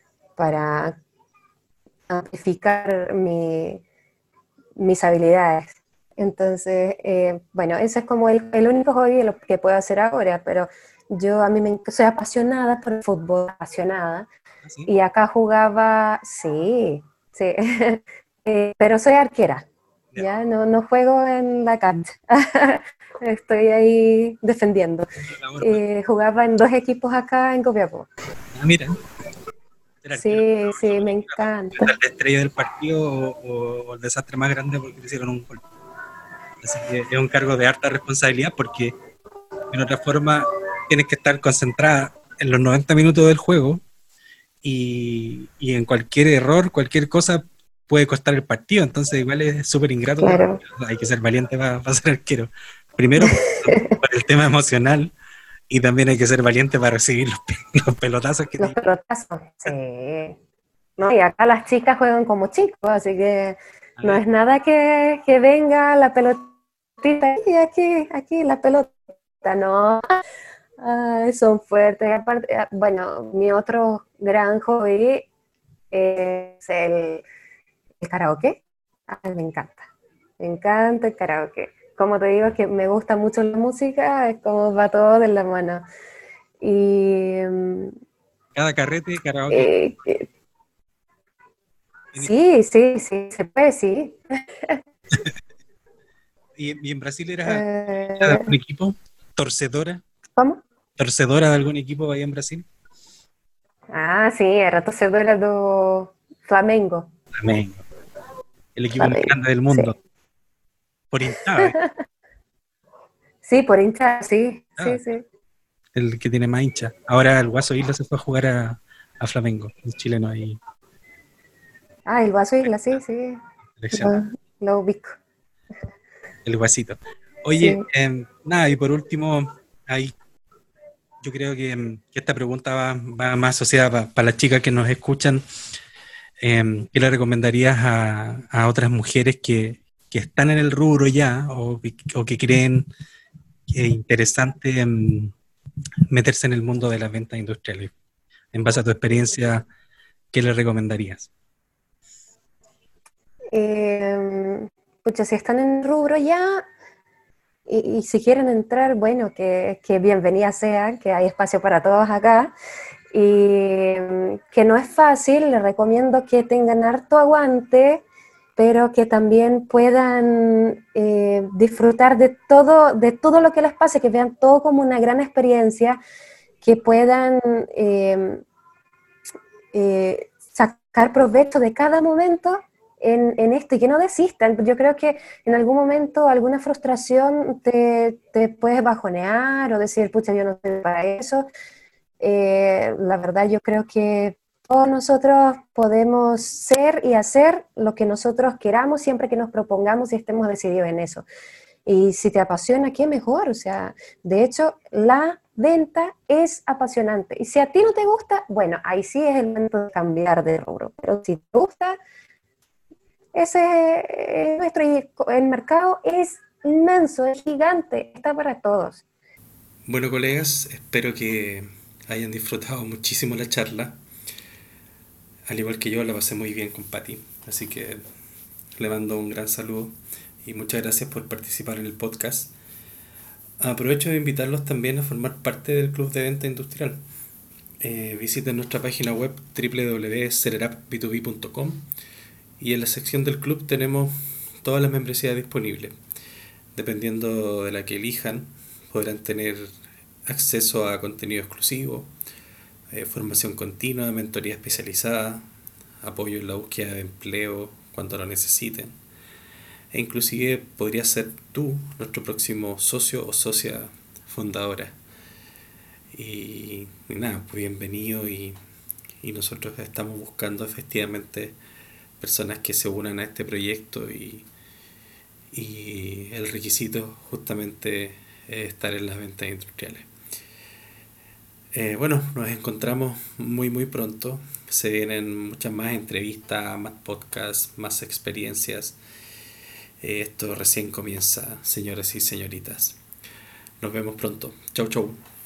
amplificar mis habilidades. Entonces, bueno, ese es como el único hobby lo que puedo hacer ahora, pero a mí soy apasionada por el fútbol, apasionada, ¿Ah, sí? y acá jugaba, sí, sí, pero soy arquera, Ya. ¿ya? No juego en la cancha, estoy ahí defendiendo. Jugaba en 2 equipos acá en Copiapó. Mira. Sí, sí, me encanta. La estrella del partido o el desastre más grande porque le hicieron un gol. Así que es un cargo de harta responsabilidad porque en otra forma tienes que estar concentrada en los 90 minutos del juego y en cualquier error, cualquier cosa puede costar el partido. Entonces igual es súper ingrato. Claro. Hay que ser valiente para ser arquero. Primero por el tema emocional y también hay que ser valiente para recibir los pelotazos que Los pelotazos, sí. No, y acá las chicas juegan como chicos, así que A No ver, es nada que venga la pelotita y aquí la pelota, no. Ay, son fuertes. Aparte, bueno, mi otro gran hobby es el karaoke. Ay, me encanta. Me encanta el karaoke. Como te digo, que me gusta mucho la música, es como va todo de la mano. Y cada carrete, karaoke. eh, ¿Y sí, sí, sí, se puede, sí. y en Brasil eras hincha de Eh, algún equipo? ¿Torcedora? ¿Cómo? ¿Torcedora de algún equipo ahí en Brasil? Ah, sí, era torcedora do Flamengo. Flamengo, el equipo más Flamengo, grande del sí. mundo. Por hinchada, Sí, por hinchar, sí, hinchada, sí, sí. el que tiene más hincha. Ahora el Guaso Isla se fue a jugar a Flamengo, el chileno ahí, Ah, el Vaso Isla, sí, sí. selección, Lo ubico. el Guasito. Oye, Sí. nada, y por último, ahí yo creo que esta pregunta va más asociada para las chicas que nos escuchan. ¿Qué le recomendarías a otras mujeres que están en el rubro ya o que creen interesante meterse en el mundo de las ventas industriales? En base a tu experiencia, ¿qué le recomendarías? Pucha, si están en el rubro ya y si quieren entrar, bueno, que bienvenida sea, que hay espacio para todos acá. Y que no es fácil, les recomiendo que tengan harto aguante, pero que también puedan disfrutar de todo lo que les pase, que vean todo como una gran experiencia, que puedan sacar provecho de cada momento en esto y que no desistan. Yo creo que en algún momento alguna frustración te puedes bajonear o decir, pucha, yo no estoy para eso. La verdad yo creo que todos nosotros podemos ser y hacer lo que nosotros queramos siempre que nos propongamos y estemos decididos en eso. Y si te apasiona, qué mejor. O sea, de hecho, la venta es apasionante. Y si a ti no te gusta, bueno, ahí sí es el momento de cambiar de rubro. Pero si te gusta, ese es nuestro, y el mercado es inmenso, es gigante, está para todos. Bueno, colegas, espero que hayan disfrutado muchísimo la charla. Al igual que yo, la pasé muy bien con Patti. Así que le mando un gran saludo y muchas gracias por participar en el podcast. Aprovecho de invitarlos también a formar parte del Club de Venta Industrial. Visiten nuestra página web www.celerapb2b.com y en la sección del club tenemos todas las membresías disponibles. Dependiendo de la que elijan, podrán tener acceso a contenido exclusivo, formación continua, mentoría especializada, apoyo en la búsqueda de empleo cuando lo necesiten. E inclusive podría ser tú nuestro próximo socio o socia fundadora. Y nada, pues bienvenido y nosotros estamos buscando efectivamente personas que se unan a este proyecto y el requisito justamente es estar en las ventas industriales. Bueno, nos encontramos muy pronto. Se vienen muchas más entrevistas, más podcasts, más experiencias. Esto recién comienza, señores y señoritas. Nos vemos pronto. Chau, chau.